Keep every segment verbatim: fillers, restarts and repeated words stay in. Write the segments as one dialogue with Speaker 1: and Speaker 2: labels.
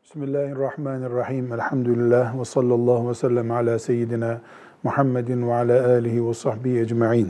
Speaker 1: Bismillahirrahmanirrahim. Elhamdülillah ve sallallahu ve sellem ala seyyidina Muhammedin ve ala alihi ve sahbihi ecma'in.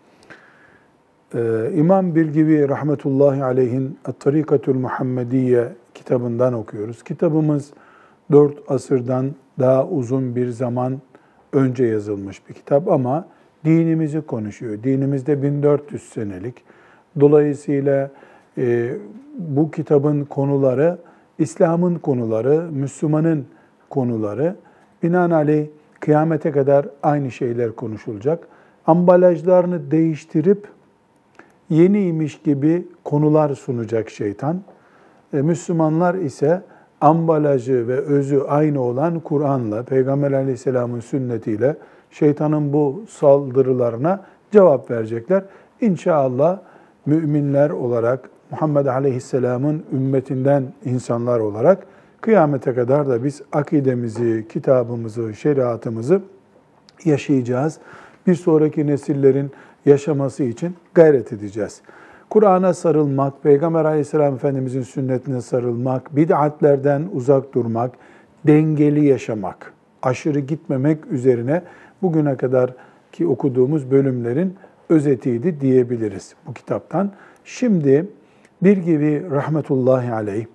Speaker 1: Ee, İmam Bilgivi rahmetullahi aleyhin Et-Tarikatul Muhammediye kitabından okuyoruz. Kitabımız dört asırdan daha uzun bir zaman önce yazılmış bir kitap ama dinimizi konuşuyor. Dinimizde bin dört yüz senelik. Dolayısıyla e, bu kitabın konuları İslam'ın konuları, Müslüman'ın konuları, binaenaleyh kıyamete kadar aynı şeyler konuşulacak. Ambalajlarını değiştirip yeniymiş gibi konular sunacak şeytan. E, Müslümanlar ise ambalajı ve özü aynı olan Kur'an'la, Peygamber Aleyhisselam'ın sünnetiyle şeytanın bu saldırılarına cevap verecekler. İnşallah müminler olarak, Muhammed Aleyhisselam'ın ümmetinden insanlar olarak kıyamete kadar da biz akidemizi, kitabımızı, şeriatımızı yaşayacağız. Bir sonraki nesillerin yaşaması için gayret edeceğiz. Kur'an'a sarılmak, Peygamber Aleyhisselam Efendimizin sünnetine sarılmak, bid'atlerden uzak durmak, dengeli yaşamak, aşırı gitmemek üzerine bugüne kadar ki okuduğumuz bölümlerin özetiydi diyebiliriz bu kitaptan. Şimdi bir gibi rahmetullahi aleyh,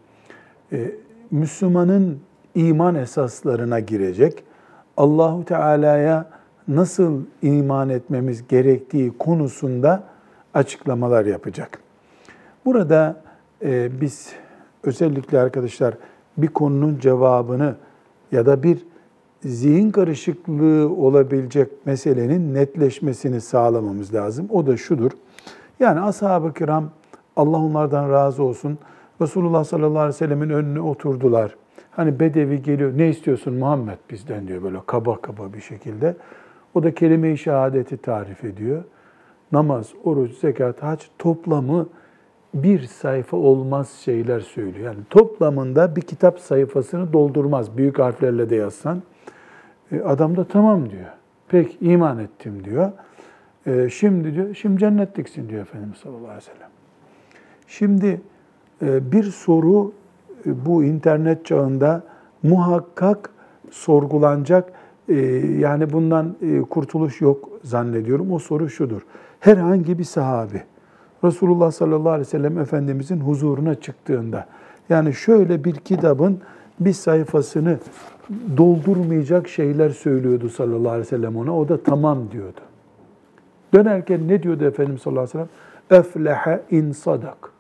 Speaker 1: Müslümanın iman esaslarına girecek, Allahu Teala'ya nasıl iman etmemiz gerektiği konusunda açıklamalar yapacak. Burada e, biz özellikle arkadaşlar bir konunun cevabını ya da bir zihin karışıklığı olabilecek meselenin netleşmesini sağlamamız lazım. O da şudur. Yani ashab-ı kiram, Allah onlardan razı olsun, Resulullah sallallahu aleyhi ve sellemin önüne oturdular. Hani bedevi geliyor, ne istiyorsun Muhammed bizden diyor böyle kaba kaba bir şekilde. O da kelime-i şehadeti tarif ediyor. Namaz, oruç, zekat, hac toplamı bir sayfa olmaz şeyler söylüyor. Yani toplamında bir kitap sayfasını doldurmaz. Büyük harflerle de yazsan. Adam da tamam diyor. Pek iman ettim diyor. Şimdi diyor, şimdi cennetliksin diyor Efendimiz sallallahu aleyhi ve sellem. Şimdi bir soru bu internet çağında muhakkak sorgulanacak. Yani bundan kurtuluş yok zannediyorum. O soru şudur. Herhangi bir sahabi Resulullah sallallahu aleyhi ve sellem Efendimizin huzuruna çıktığında, yani şöyle bir kitabın bir sayfasını doldurmayacak şeyler söylüyordu sallallahu aleyhi ve sellem ona. O da tamam diyordu. Dönerken ne diyordu Efendimiz sallallahu aleyhi ve sellem? Eflehe in sadak.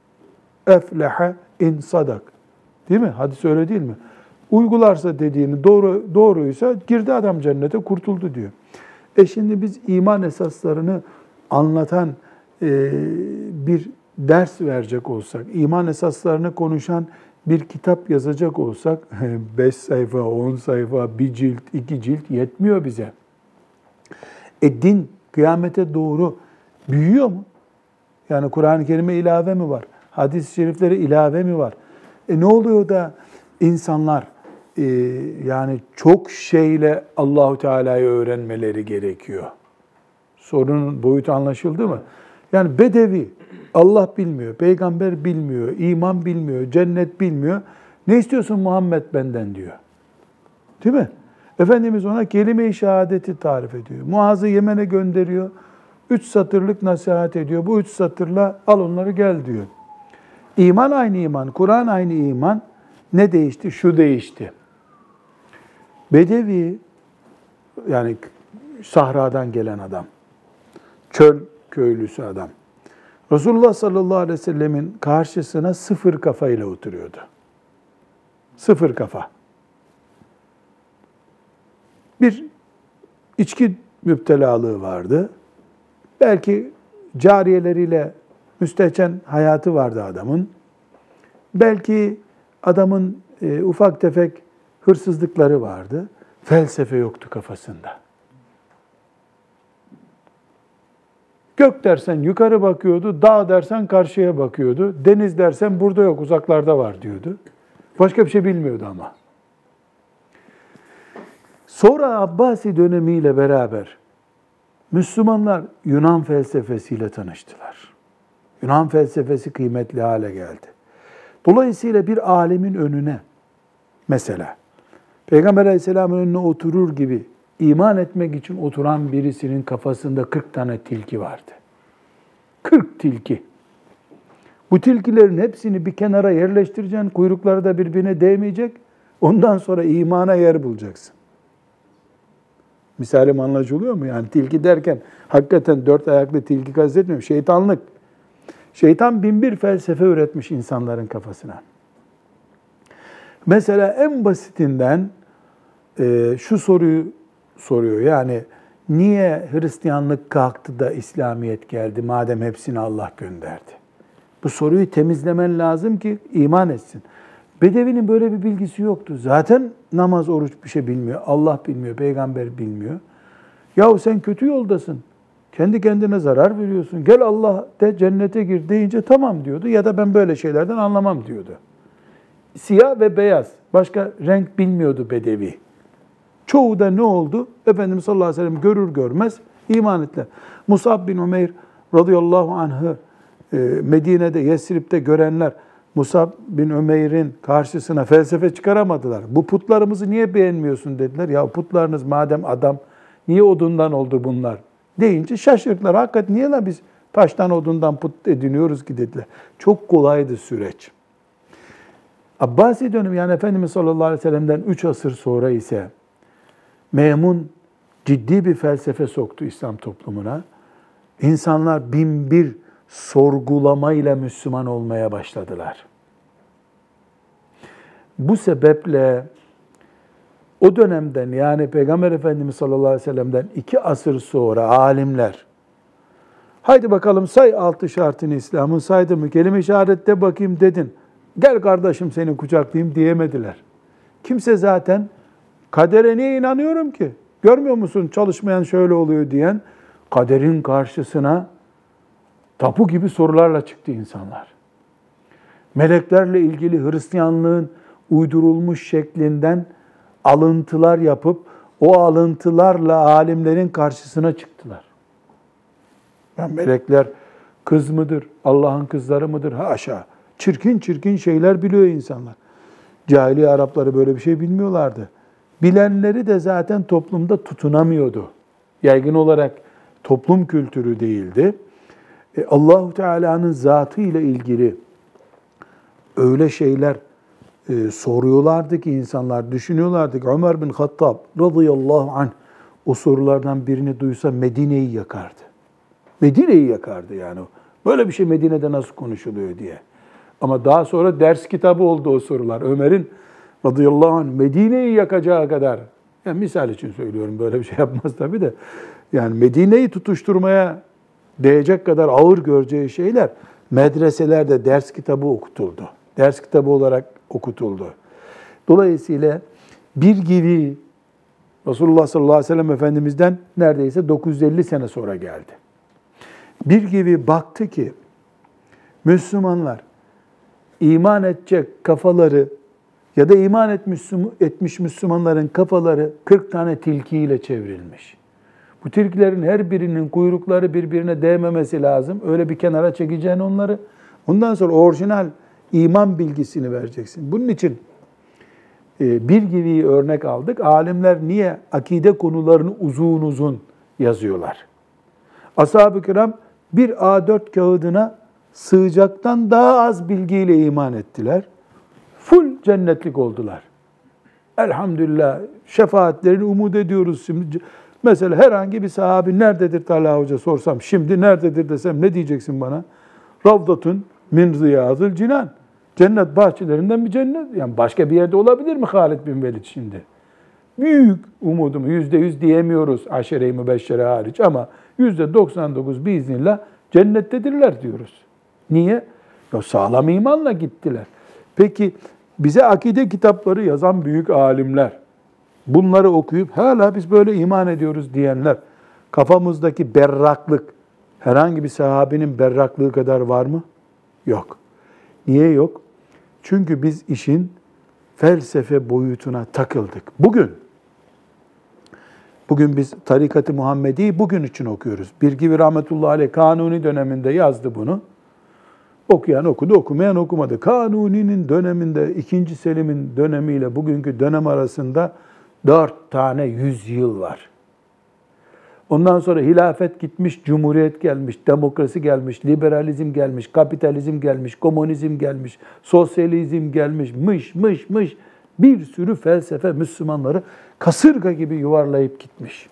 Speaker 1: Eflehe in sadak. Değil mi? Hadis öyle değil mi? Uygularsa dediğini doğru doğruysa girdi adam cennete, kurtuldu diyor. E şimdi biz iman esaslarını anlatan e, bir ders verecek olsak, iman esaslarını konuşan bir kitap yazacak olsak, beş sayfa, on sayfa, bir cilt, iki cilt yetmiyor bize. E din kıyamete doğru büyüyor mu? Yani Kur'an-ı Kerim'e ilave mi var? Hadis-i şeriflere ilave mi var? E ne oluyor da insanlar e, yani çok şeyle Allahu Teala'yı öğrenmeleri gerekiyor? Sorunun boyutu anlaşıldı mı? Yani bedevi, Allah bilmiyor, peygamber bilmiyor, iman bilmiyor, cennet bilmiyor. Ne istiyorsun Muhammed benden diyor. Değil mi? Efendimiz ona kelime-i şehadeti tarif ediyor. Muaz'ı Yemen'e gönderiyor. Üç satırlık nasihat ediyor. Bu üç satırla al onları gel diyor. İman aynı iman, Kur'an aynı iman. Ne değişti? Şu değişti. Bedevi, yani sahradan gelen adam, çöl köylüsü adam, Resulullah sallallahu aleyhi ve sellemin karşısına sıfır kafayla oturuyordu. Sıfır kafa. Bir içki müptelalığı vardı. Belki cariyeleriyle müstehcen hayatı vardı adamın. Belki adamın e, ufak tefek hırsızlıkları vardı. Felsefe yoktu kafasında. Gök dersen yukarı bakıyordu, dağ dersen karşıya bakıyordu, deniz dersen burada yok, uzaklarda var diyordu. Başka bir şey bilmiyordu ama. Sonra Abbasi dönemiyle beraber Müslümanlar Yunan felsefesiyle tanıştılar. Yunan felsefesi kıymetli hale geldi. Dolayısıyla bir alemin önüne Mesela Peygamber Aleyhisselam'ın önüne oturur gibi iman etmek için oturan birisinin kafasında kırk tane tilki vardı. kırk tilki. Bu tilkilerin hepsini bir kenara yerleştireceksin, kuyrukları da birbirine değmeyecek. Ondan sonra imana yer bulacaksın. Misalim anlaşılıyor mu? Yani tilki derken hakikaten dört ayaklı tilki kastetmiyorum. Şeytanlık. Şeytan bin bir felsefe üretmiş insanların kafasına. Mesela en basitinden e, şu soruyu soruyor. Yani niye Hristiyanlık kalktı da İslamiyet geldi madem hepsini Allah gönderdi? Bu soruyu temizlemen lazım ki iman etsin. Bedevinin böyle bir bilgisi yoktu. Zaten namaz, oruç bir şey bilmiyor. Allah bilmiyor, peygamber bilmiyor. Yahu sen kötü yoldasın. Kendi kendine zarar veriyorsun. Gel Allah de cennete gir deyince tamam diyordu. Ya da ben böyle şeylerden anlamam diyordu. Siyah ve beyaz. Başka renk bilmiyordu Bedevi. Çoğu da ne oldu? Efendimiz sallallahu aleyhi ve sellem görür görmez iman ettiler. Musab bin Umeyr radıyallahu anh'ı Medine'de, Yesrib'de görenler Musab bin Ömeyr'in karşısına felsefe çıkaramadılar. Bu putlarımızı niye beğenmiyorsun dediler. Ya putlarınız madem adam, niye odundan oldu bunlar? Deyince şaşırdılar. Hakikaten niye la biz taştan odundan put ediniyoruz ki dediler. Çok kolaydı süreç. Abbasi dönemi yani Efendimiz sallallahu aleyhi ve sellem'den üç asır sonra ise Memun ciddi bir felsefe soktu İslam toplumuna. İnsanlar bin bir sorgulamayla Müslüman olmaya başladılar. Bu sebeple o dönemden yani Peygamber Efendimiz sallallahu aleyhi ve sellem'den iki asır sonra alimler haydi bakalım say altı şartını İslam'ın saydı mı? Kelime-i şehadette bakayım dedin. Gel kardeşim seni kucaklayayım diyemediler. Kimse zaten kadere niye inanıyorum ki? Görmüyor musun çalışmayan şöyle oluyor diyen kaderin karşısına tapu gibi sorularla çıktı insanlar. Meleklerle ilgili Hristiyanlığın uydurulmuş şeklinden alıntılar yapıp o alıntılarla alimlerin karşısına çıktılar. Yani melekler kız mıdır, Allah'ın kızları mıdır? Haşa. Çirkin çirkin şeyler biliyor insanlar. Cahiliye Arapları böyle bir şey bilmiyorlardı. Bilenleri de zaten toplumda tutunamıyordu. Yaygın olarak toplum kültürü değildi. E, Allah-u Teala'nın zatı ile ilgili öyle şeyler e, soruyorlardı ki insanlar, düşünüyorlardı ki Ömer bin Hattab radıyallahu anh o sorulardan birini duysa Medine'yi yakardı. Medine'yi yakardı yani. Böyle bir şey Medine'de nasıl konuşuluyor diye. Ama daha sonra ders kitabı oldu o sorular. Ömer'in radıyallahu anh Medine'yi yakacağı kadar, yani misal için söylüyorum böyle bir şey yapmaz tabii de, yani Medine'yi tutuşturmaya değecek kadar ağır göreceği şeyler medreselerde ders kitabı okutuldu. Ders kitabı olarak okutuldu. Dolayısıyla bir gibi Resulullah sallallahu aleyhi ve sellem Efendimiz'den neredeyse dokuz yüz elli sene sonra geldi. Bir gibi baktı ki Müslümanlar iman edecek kafaları ya da iman etmiş, etmiş Müslümanların kafaları kırk tane tilkiyle çevrilmiş. Bu tilkilerin her birinin kuyrukları birbirine değmemesi lazım. Öyle bir kenara çekeceksin onları. Ondan sonra orijinal iman bilgisini vereceksin. Bunun için bir gibi örnek aldık. Alimler niye akide konularını uzun uzun yazıyorlar? Ashab-ı kiram bir A dört kağıdına sığacaktan daha az bilgiyle iman ettiler. Full cennetlik oldular. Elhamdülillah şefaatlerini umut ediyoruz şimdi. Mesela herhangi bir sahabi nerededir Talha Hoca sorsam, şimdi nerededir desem ne diyeceksin bana? Ravdatun min riyadil cinan. Cennet bahçelerinden bir cennet. Yani başka bir yerde olabilir mi Halid bin Velid şimdi? Büyük umudumu yüzde yüz diyemiyoruz aşere-i mübeşşere hariç ama yüzde doksan dokuz biiznillah cennettedirler diyoruz. Niye? Ya sağlam imanla gittiler. Peki bize akide kitapları yazan büyük alimler, bunları okuyup hala biz böyle iman ediyoruz diyenler, kafamızdaki berraklık herhangi bir sahabinin berraklığı kadar var mı? Yok. Niye yok? Çünkü biz işin felsefe boyutuna takıldık. Bugün, bugün biz Tarikat-ı Muhammedi'yi bugün için okuyoruz. Bir gibi rahmetullahi aleyh Kanuni döneminde yazdı bunu. Okuyan okudu, okumayan okumadı. Kanuni'nin döneminde, ikinci Selim'in dönemiyle bugünkü dönem arasında dört tane yüzyıl var. Ondan sonra hilafet gitmiş, cumhuriyet gelmiş, demokrasi gelmiş, liberalizm gelmiş, kapitalizm gelmiş, komünizm gelmiş, sosyalizm gelmiş, mış mış mış. Bir sürü felsefe Müslümanları kasırga gibi yuvarlayıp gitmiş.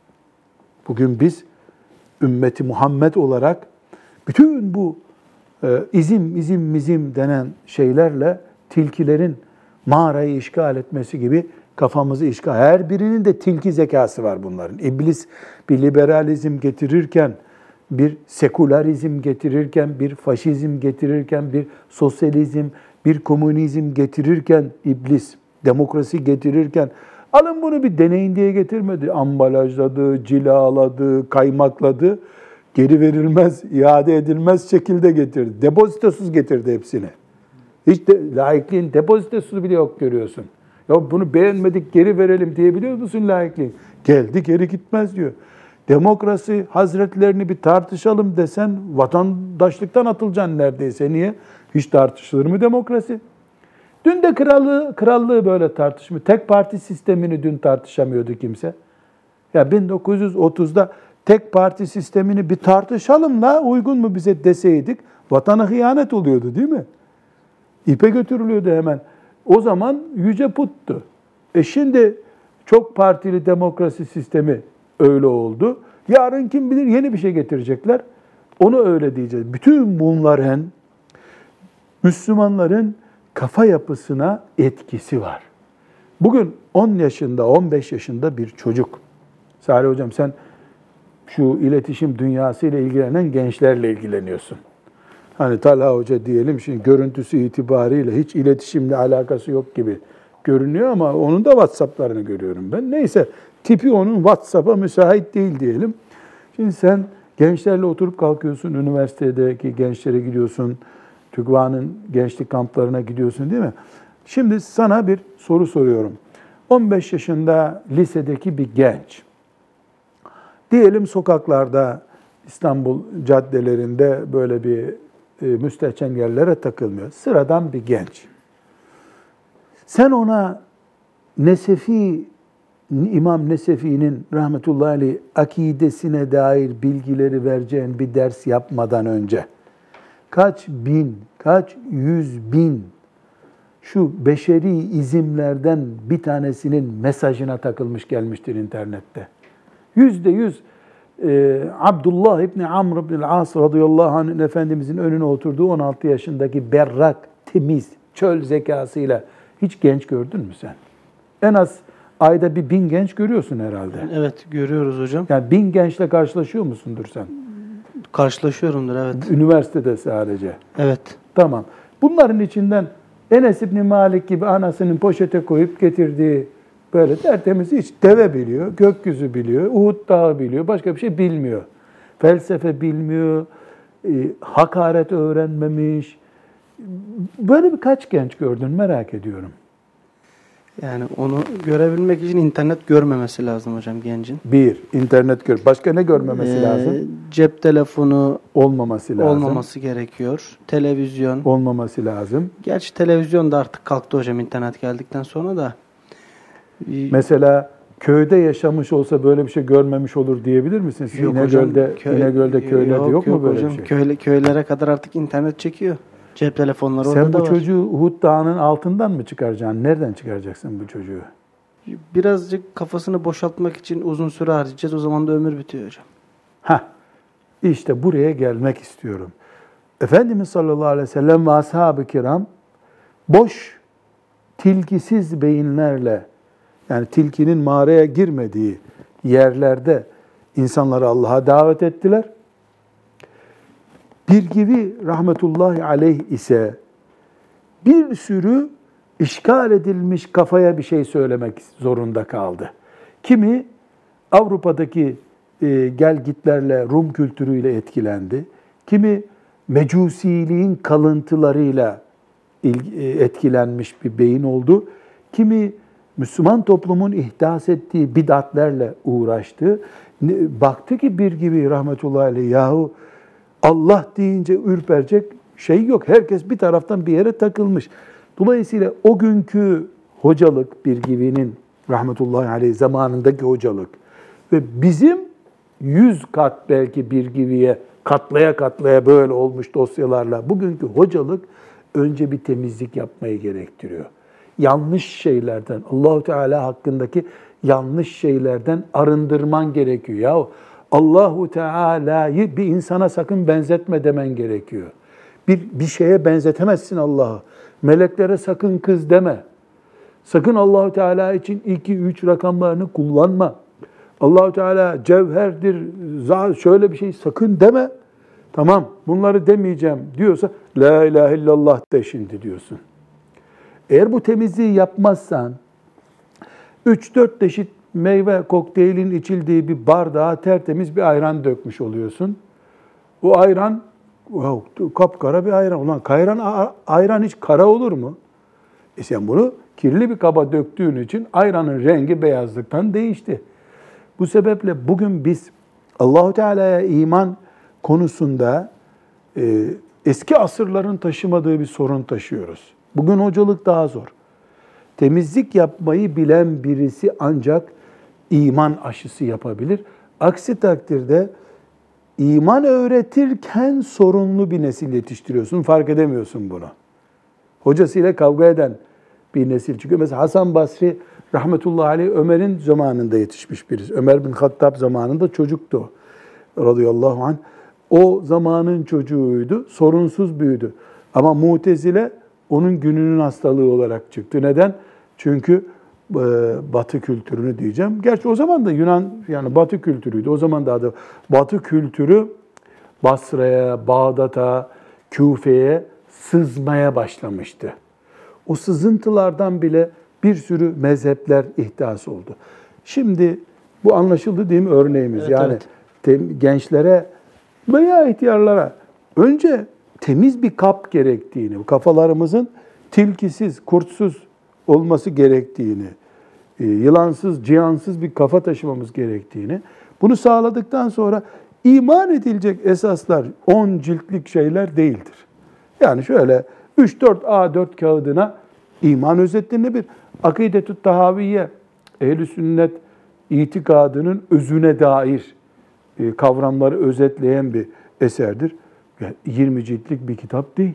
Speaker 1: Bugün biz ümmeti Muhammed olarak bütün bu e, izim, izim, mizim denen şeylerle tilkilerin mağarayı işgal etmesi gibi kafamızı işgal. Her birinin de tilki zekası var bunların. İblis bir liberalizm getirirken, bir sekülerizm getirirken, bir faşizm getirirken, bir sosyalizm, bir komünizm getirirken, iblis demokrasi getirirken, alın bunu bir deneyin diye getirmedi. Ambalajladı, cilaladı, kaymakladı. Geri verilmez, iade edilmez şekilde getirdi. Depozitosuz getirdi hepsini. Hiç de laikliğin depozitosu bile yok görüyorsun. Ya bunu beğenmedik, geri verelim diyebiliyor musun laikliğin? Geldi geri gitmez diyor. Demokrasi hazretlerini bir tartışalım desen vatandaşlıktan atılacaksın neredeyse. Niye? Hiç tartışılır mı demokrasi? Dün de krallığı, krallığı böyle tartışmıyor. Tek parti sistemini dün tartışamıyordu kimse. Ya bin dokuz yüz otuzda tek parti sistemini bir tartışalım da uygun mu bize deseydik vatana hıyanet oluyordu değil mi? İpe götürülüyordu hemen. O zaman yüce puttu. E şimdi çok partili demokrasi sistemi öyle oldu. Yarın kim bilir yeni bir şey getirecekler. Onu öyle diyeceğiz. Bütün bunların Müslümanların kafa yapısına etkisi var. Bugün on yaşında, on beş yaşında bir çocuk. Salih Hocam sen şu iletişim dünyasıyla ilgilenen gençlerle ilgileniyorsun. Hani Talha Hoca diyelim şimdi görüntüsü itibariyle hiç iletişimle alakası yok gibi görünüyor ama onun da WhatsApp'larını görüyorum ben. Neyse tipi onun WhatsApp'a müsait değil diyelim. Şimdi sen gençlerle oturup kalkıyorsun, üniversitedeki gençlere gidiyorsun, TÜGVA'nın gençlik kamplarına gidiyorsun değil mi? Şimdi sana bir soru soruyorum. on beş yaşında lisedeki bir genç. Diyelim sokaklarda, İstanbul caddelerinde böyle bir e, müstehcen yerlere takılmıyor. Sıradan bir genç. Sen ona Nesefi, İmam Nesefi'nin rahmetullahi aleyh akidesine dair bilgileri vereceğin bir ders yapmadan önce kaç bin, kaç yüz bin şu beşeri izimlerden bir tanesinin mesajına takılmış gelmiştir internette. Yüzde yüz e, Abdullah İbni Amr İbni As radıyallahu anh'ın Efendimizin önüne oturduğu on altı yaşındaki berrak, temiz, çöl zekasıyla hiç genç gördün mü sen? En az ayda bir bin genç görüyorsun herhalde.
Speaker 2: Evet, görüyoruz hocam.
Speaker 1: Yani bin gençle karşılaşıyor musundur sen?
Speaker 2: Karşılaşıyorumdur, evet.
Speaker 1: Üniversitede sadece.
Speaker 2: Evet.
Speaker 1: Tamam. Bunların içinden Enes İbni Malik gibi anasının poşete koyup getirdiği böyle tertemiz hiç deve biliyor, gökyüzü biliyor, Uhud Dağı biliyor, başka bir şey bilmiyor. Felsefe bilmiyor, e, hakaret öğrenmemiş. Böyle birkaç genç gördün merak ediyorum.
Speaker 2: Yani onu görebilmek için internet görmemesi lazım hocam gencin.
Speaker 1: Bir, internet gör. Başka ne görmemesi
Speaker 2: Ee,
Speaker 1: lazım?
Speaker 2: Cep telefonu
Speaker 1: Olmaması lazım.
Speaker 2: olmaması gerekiyor. Televizyon.
Speaker 1: Olmaması lazım.
Speaker 2: Gerçi televizyon da artık kalktı hocam internet geldikten sonra da.
Speaker 1: Mesela köyde yaşamış olsa böyle bir şey görmemiş olur diyebilir misiniz?
Speaker 2: Yok
Speaker 1: İnegöl'de,
Speaker 2: hocam, köy,
Speaker 1: İnegöl'de köylerde yok, yok, yok mu böyle
Speaker 2: hocam,
Speaker 1: bir şey?
Speaker 2: Köyle, köylere kadar artık internet çekiyor. Cep telefonları
Speaker 1: Sen
Speaker 2: orada da
Speaker 1: bu
Speaker 2: var.
Speaker 1: çocuğu Uhud Dağı'nın altından mı çıkaracaksın? Nereden çıkaracaksın bu çocuğu?
Speaker 2: Birazcık kafasını boşaltmak için uzun süre harcayacağız. O zaman da ömür bitiyor hocam.
Speaker 1: Hah, işte buraya gelmek istiyorum. Efendimiz sallallahu aleyhi ve sellem ve ashab-ı kiram boş, tilkisiz beyinlerle, yani tilkinin mağaraya girmediği yerlerde insanları Allah'a davet ettiler. Bir gibi rahmetullahi aleyh ise bir sürü işgal edilmiş kafaya bir şey söylemek zorunda kaldı. Kimi Avrupa'daki e, gelgitlerle, Rum kültürüyle etkilendi. Kimi mecusiliğin kalıntılarıyla ilgi, e, etkilenmiş bir beyin oldu. Kimi Müslüman toplumun ihdas ettiği bid'atlerle uğraştı. Baktı ki bir gibi rahmetullahi aleyh yahu Allah deyince ürperecek, şey yok. Herkes bir taraftan bir yere takılmış. Dolayısıyla o günkü hocalık, Birgivi'nin rahmetullahi aleyh zamanındaki hocalık ve bizim yüz kat belki Birgivi'ye katlaya katlaya böyle olmuş dosyalarla bugünkü hocalık önce bir temizlik yapmayı gerektiriyor. Yanlış şeylerden, Allahu Teala hakkındaki yanlış şeylerden arındırman gerekiyor. Ya Allahu Teala'yı bir insana sakın benzetme demen gerekiyor. Bir bir şeye benzetemezsin Allah'ı. Meleklere sakın kız deme. Sakın Allahu Teala için iki üç rakamlarını kullanma. Allahu Teala cevherdir, şöyle bir şey sakın deme. Tamam, bunları demeyeceğim diyorsa la ilahe illallah de şimdi diyorsun. Eğer bu temizliği yapmazsan üç dört çeşit meyve kokteylin içildiği bir bardağa tertemiz bir ayran dökmüş oluyorsun. Bu ayran wow, kapkara bir ayran. Ulan kayran, ayran hiç kara olur mu? E sen bunu kirli bir kaba döktüğün için ayranın rengi beyazlıktan değişti. Bu sebeple bugün biz Allahu Teala'ya iman konusunda e, eski asırların taşımadığı bir sorun taşıyoruz. Bugün hocalık daha zor. Temizlik yapmayı bilen birisi ancak iman aşısı yapabilir. Aksi takdirde iman öğretirken sorunlu bir nesil yetiştiriyorsun, fark edemiyorsun bunu. Hocasıyla kavga eden bir nesil çıkıyor. Mesela Hasan Basri rahmetullahi aleyh Ömer'in zamanında yetişmiş birisi. Ömer bin Hattab zamanında çocuktu radıyallahu anh. O zamanın çocuğuydu, sorunsuz büyüdü. Ama Mu'tezile onun gününün hastalığı olarak çıktı. Neden? Çünkü e, Batı kültürünü diyeceğim. Gerçi o zaman da Yunan, yani Batı kültürüydü. O zaman da adı Batı kültürü Basra'ya, Bağdat'a, Küfe'ye sızmaya başlamıştı. O sızıntılardan bile bir sürü mezhepler ihdas oldu. Şimdi bu anlaşıldı değil mi örneğimiz?
Speaker 2: Evet,
Speaker 1: yani
Speaker 2: evet.
Speaker 1: Tem, gençlere veya ihtiyarlara önce temiz bir kap gerektiğini, kafalarımızın tilkisiz, kurtsuz olması gerektiğini, yılansız, cihansız bir kafa taşımamız gerektiğini, bunu sağladıktan sonra iman edilecek esaslar on ciltlik şeyler değildir. Yani şöyle üç dört A dört kağıdına iman özetlenebilir. Akîdetü Tahaviyye, ehl-i sünnet itikadının özüne dair kavramları özetleyen bir eserdir. Yani yirmi ciltlik bir kitap değil.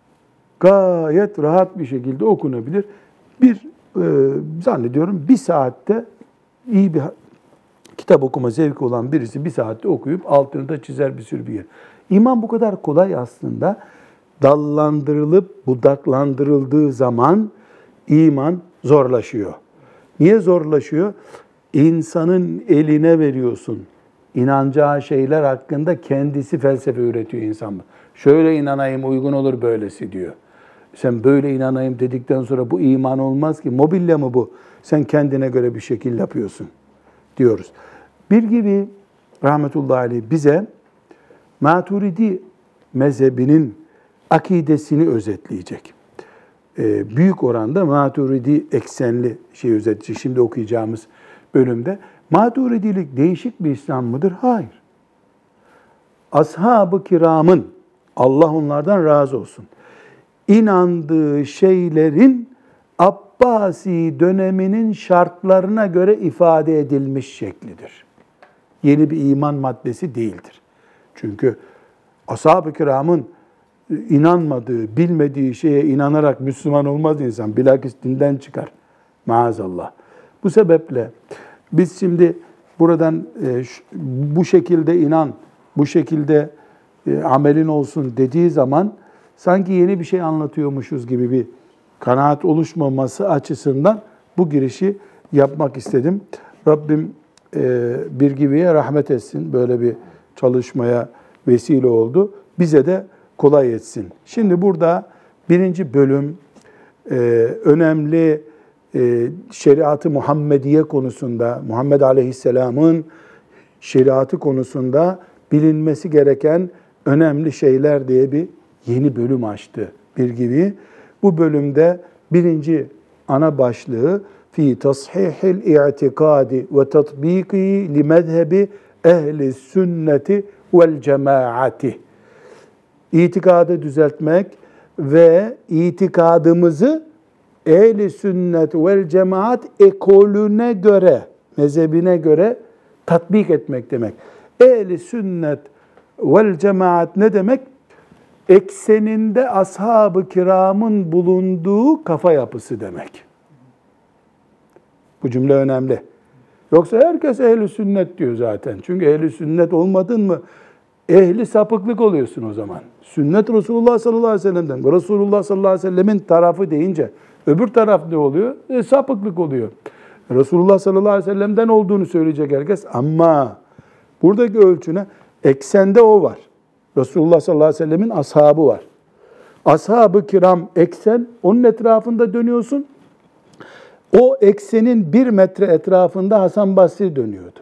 Speaker 1: Gayet rahat bir şekilde okunabilir. Bir e, zannediyorum bir saatte iyi bir kitap okuma zevki olan birisi bir saatte okuyup altını da çizer bir sürü bir yer. İman bu kadar kolay aslında. Dallandırılıp budaklandırıldığı zaman iman zorlaşıyor. Niye zorlaşıyor? İnsanın eline veriyorsun. İnanacağı şeyler hakkında kendisi felsefe üretiyor insan. Şöyle inanayım uygun olur böylesi diyor. Sen böyle inanayım dedikten sonra bu iman olmaz ki. Mobilya mı bu? Sen kendine göre bir şekil yapıyorsun diyoruz. Bir gibi rahmetullahi aleyh bize Maturidi mezhebinin akidesini özetleyecek. Ee, büyük oranda Maturidi eksenli şey özetleyecek. Şimdi okuyacağımız bölümde. Maturidilik değişik bir İslam mıdır? Hayır. Ashab-ı kiramın, Allah onlardan razı olsun, inandığı şeylerin Abbasi döneminin şartlarına göre ifade edilmiş şeklidir. Yeni bir iman maddesi değildir. Çünkü ashab-ı kiramın inanmadığı, bilmediği şeye inanarak Müslüman olmaz insan. Bilakis dinden çıkar. Maazallah. Bu sebeple biz şimdi buradan e, şu, bu şekilde inan, bu şekilde e, amelin olsun dediği zaman sanki yeni bir şey anlatıyormuşuz gibi bir kanaat oluşmaması açısından bu girişi yapmak istedim. Rabbim e, bir gibiye rahmet etsin. Böyle bir çalışmaya vesile oldu. Bize de kolay etsin. Şimdi burada birinci bölüm e, önemli e, şeriat-ı Muhammediye konusunda, Muhammed Aleyhisselam'ın şeriatı konusunda bilinmesi gereken önemli şeyler diye bir yeni bölüm açtı bir gibi. Bu bölümde birinci ana başlığı fi tashihil i'tikadi ve tatbiki li mezhebi ehli sünneti vel cemaati. itikadı düzeltmek ve itikadımızı ehl-i sünnet vel cemaat ekolüne göre, mezhebine göre tatbik etmek demek. Ehl-i sünnet vel cemaat ne demek? Ekseninde ashab-ı kiramın bulunduğu kafa yapısı demek. Bu cümle önemli. Yoksa herkes ehl-i sünnet diyor zaten. Çünkü ehl-i sünnet olmadın mı ehli sapıklık oluyorsun o zaman. Sünnet Resulullah sallallahu aleyhi ve sellem'den. Resulullah sallallahu aleyhi ve sellemin tarafı deyince öbür taraf ne oluyor? E, sapıklık oluyor. Resulullah sallallahu aleyhi ve sellem'den olduğunu söyleyecek herkes ama buradaki ölçüne eksende o var. Resulullah sallallahu aleyhi ve sellemin ashabı var. Ashab-ı kiram eksen, onun etrafında dönüyorsun. O eksenin bir metre etrafında Hasan Basri dönüyordu.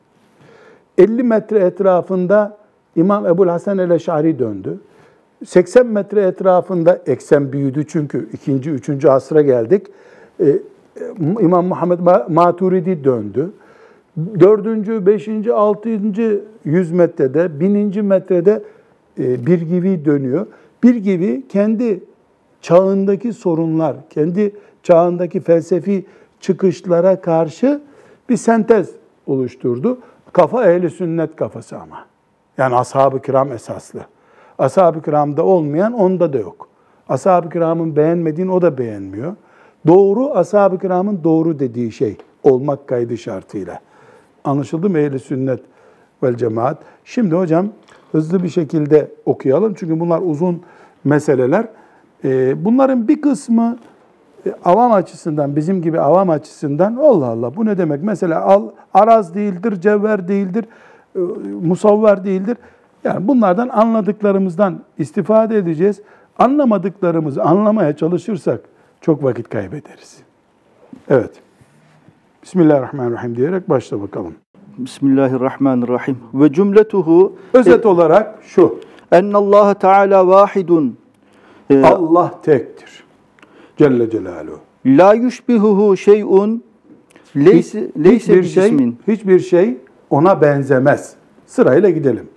Speaker 1: elli metre etrafında İmam Ebu'l Hasan el-Eş'ari döndü. seksen metre etrafında eksen büyüdü çünkü ikinci, üçüncü asra geldik. Ee, İmam Muhammed Maturidi döndü. Dördüncü, beşinci, altıncı yüz metrede, bininci metrede e, bir gibi dönüyor. Bir gibi kendi çağındaki sorunlar, kendi çağındaki felsefi çıkışlara karşı bir sentez oluşturdu. Kafa ehli sünnet kafası ama. Yani ashab-ı kiram esaslı. Ashab-ı kiramda olmayan onda da yok. Ashab-ı kiramın beğenmediğini o da beğenmiyor. Doğru, ashab-ı kiramın doğru dediği şey olmak kaydı şartıyla. Anlaşıldı mı ehl-i sünnet vel cemaat? Şimdi hocam hızlı bir şekilde okuyalım. Çünkü bunlar uzun meseleler. Bunların bir kısmı avam açısından, bizim gibi avam açısından Allah Allah bu ne demek? Mesela al, araz değildir, cevher değildir, musavver değildir. Yani bunlardan anladıklarımızdan istifade edeceğiz. Anlamadıklarımızı anlamaya çalışırsak çok vakit kaybederiz. Evet. Bismillahirrahmanirrahim diyerek başla bakalım.
Speaker 2: Bismillahirrahmanirrahim. Ve cümletuhu
Speaker 1: özet olarak şu.
Speaker 2: Ennallaha Teala vahidun. Ee,
Speaker 1: Allah tektir. Celle Celaluhu.
Speaker 2: La yushbihuhu şey'un leyse leyse
Speaker 1: hiçbir
Speaker 2: bi
Speaker 1: şey,
Speaker 2: cismin.
Speaker 1: hiçbir şey ona benzemez. Sırayla gidelim.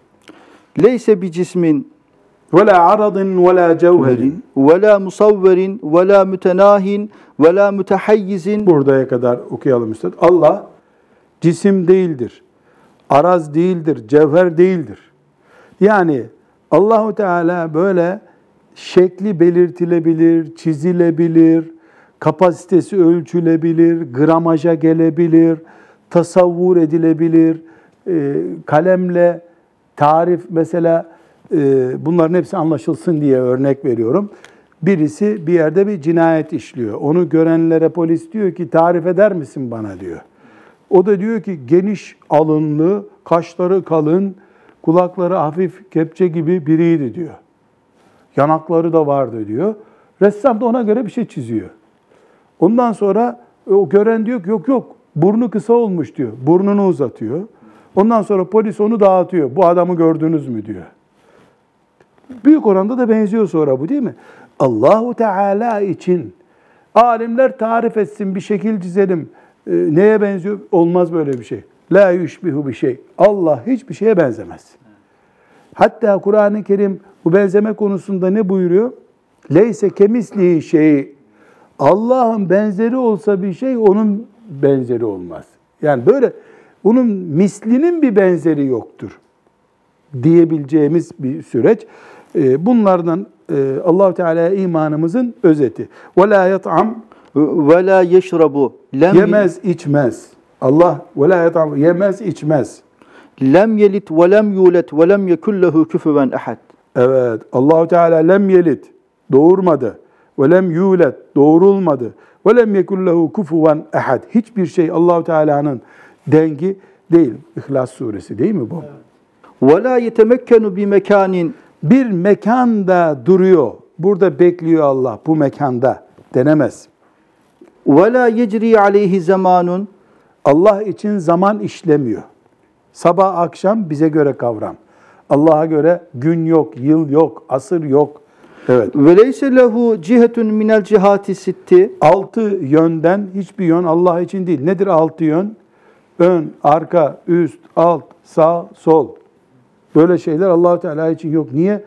Speaker 2: Leyse bi cismin
Speaker 1: Ve la aradın ve la cevherin.
Speaker 2: ve la musavverin ve la mütenahin ve la mütehayyizin.
Speaker 1: Buraya kadar okuyalım üstad. Allah cisim değildir. Araz değildir, cevher değildir. Yani Allahu Teala böyle şekli belirtilebilir, çizilebilir, kapasitesi ölçülebilir, gramaja gelebilir, tasavvur edilebilir, e, kalemle tarif mesela e, bunların hepsi anlaşılsın diye örnek veriyorum. Birisi bir yerde bir cinayet işliyor. Onu görenlere polis diyor ki tarif eder misin bana diyor. O da diyor ki geniş alınlı, kaşları kalın, kulakları hafif kepçe gibi biriydi diyor. Yanakları da vardı diyor. Ressam da ona göre bir şey çiziyor. Ondan sonra o gören diyor ki yok yok burnu kısa olmuş diyor. Burnunu uzatıyor. Ondan sonra polis onu dağıtıyor. Bu adamı gördünüz mü diyor. Büyük oranda da benziyor sonra bu değil mi? Allahu Teala için alimler tarif etsin, bir şekil çizelim. E, neye benziyor? Olmaz böyle bir şey. La yushbihu bir şey. Allah hiçbir şeye benzemez. Hatta Kur'an-ı Kerim bu benzeme konusunda ne buyuruyor? Leyse kemislihi şey. Allah'ın benzeri olsa bir şey onun benzeri olmaz. Yani böyle bunun mislinin bir benzeri yoktur diyebileceğimiz bir süreç. Bunlardan Allah-u Teala'ya imanımızın özeti. Ve la yat'am
Speaker 2: ve la yeşrabu.
Speaker 1: Yemez, içmez. Allah ve la yat'am yemez, içmez.
Speaker 2: Lem yelit ve lem yulet ve lem yekun lehu kufuven ahad.
Speaker 1: Evet. Allah-u Teala lem yelit, doğurmadı. Ve lem yulet, doğurulmadı. Ve lem yekun lehu kufuven ahad. Hiçbir şey Allah-u Teala'nın dengi değil. İhlas suresi değil mi bu?
Speaker 2: Ve la yetemekkenu bi mekanin.
Speaker 1: Bir mekanda duruyor. Burada bekliyor Allah. Bu mekanda denemez.
Speaker 2: Ve la yecri aleyhi zamanun.
Speaker 1: Allah için zaman işlemiyor. Sabah akşam bize göre kavram. Allah'a göre gün yok, yıl yok, asır yok. Evet.
Speaker 2: Ve leyse lehu cihetun minel cihati sitti.
Speaker 1: Altı yönden hiçbir yön Allah için değil. Nedir altı yön? Ön, arka, üst, alt, sağ, sol. Böyle şeyler Allah-u Teala için yok. Niye?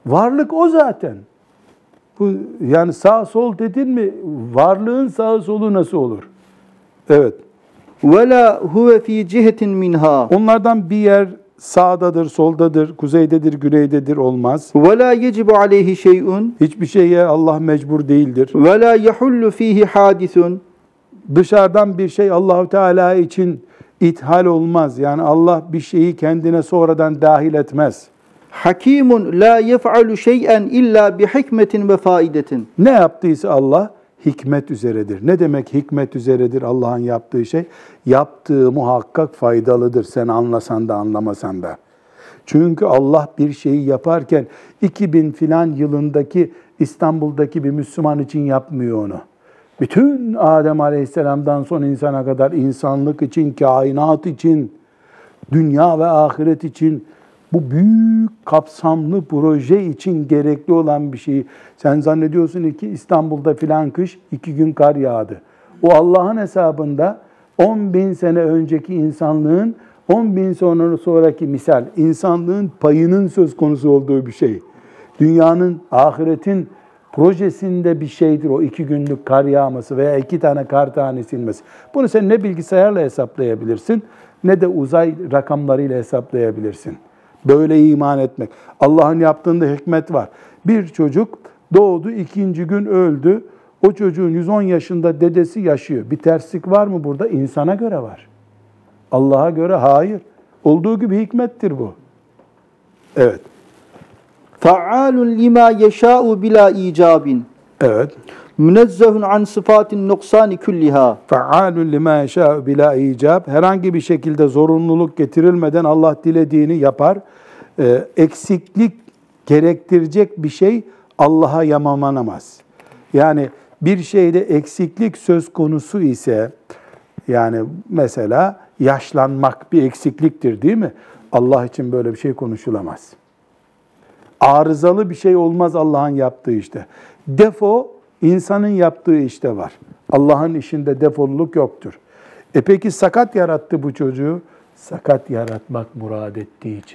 Speaker 1: Varlık o zaten. Bu yani sağ sol dedin mi varlığın sağ solu nasıl olur? Evet.
Speaker 2: وَلَا هُوَ ف۪ي جِهَةٍ مِنْهَا
Speaker 1: Onlardan bir yer sağdadır, soldadır, kuzeydedir, güneydedir olmaz.
Speaker 2: وَلَا يَجِبُ عَلَيْهِ شَيْءٌ
Speaker 1: Hiçbir şeye Allah mecbur değildir.
Speaker 2: وَلَا يَحُلُّ ف۪يهِ حَادِثٌ
Speaker 1: Dışarıdan bir şey Allahu Teala için ithal olmaz. Yani Allah bir şeyi kendine sonradan dahil etmez.
Speaker 2: Hakimun la yef'alu şey'en illa bi hikmetin ve faidetin.
Speaker 1: Ne yaptıysa Allah hikmet üzeredir. Ne demek hikmet üzeredir Allah'ın yaptığı şey? Yaptığı muhakkak faydalıdır. Sen anlasan da anlamasan da. Çünkü Allah bir şeyi yaparken iki bin filan yılındaki İstanbul'daki bir Müslüman için yapmıyor onu. Bütün Adem Aleyhisselam'dan son insana kadar insanlık için, kainat için, dünya ve ahiret için bu büyük kapsamlı proje için gerekli olan bir şeyi sen zannediyorsun ki İstanbul'da filan kış iki gün kar yağdı. O Allah'ın hesabında on bin sene önceki insanlığın on bin sonra sonraki misal insanlığın payının söz konusu olduğu bir şey. Dünyanın, ahiretin projesinde bir şeydir o iki günlük kar yağması veya iki tane kar tanesi inmesi. Bunu sen ne bilgisayarla hesaplayabilirsin ne de uzay rakamlarıyla hesaplayabilirsin. Böyle iman etmek. Allah'ın yaptığında hikmet var. Bir çocuk doğdu, ikinci gün öldü. O çocuğun yüz on yaşında dedesi yaşıyor. Bir terslik var mı burada? İnsana göre var. Allah'a göre hayır. Olduğu gibi hikmettir bu. Evet.
Speaker 2: Fa'alun lima yeşâ'u bila icabin.
Speaker 1: Evet.
Speaker 2: Münezzehun an sıfatin nuksani kulliha.
Speaker 1: Fa'alun lima yeşâ'u bila icab. Herhangi bir şekilde zorunluluk getirilmeden Allah dilediğini yapar. Ee, eksiklik gerektirecek bir şey Allah'a yamamanamaz. Yani bir şeyde eksiklik söz konusu ise, yani mesela yaşlanmak bir eksikliktir değil mi? Allah için böyle bir şey konuşulamaz. Arızalı bir şey olmaz Allah'ın yaptığı işte. Defo insanın yaptığı işte var. Allah'ın işinde defoluluk yoktur. E peki sakat yarattı bu çocuğu. Sakat yaratmak murad ettiği için.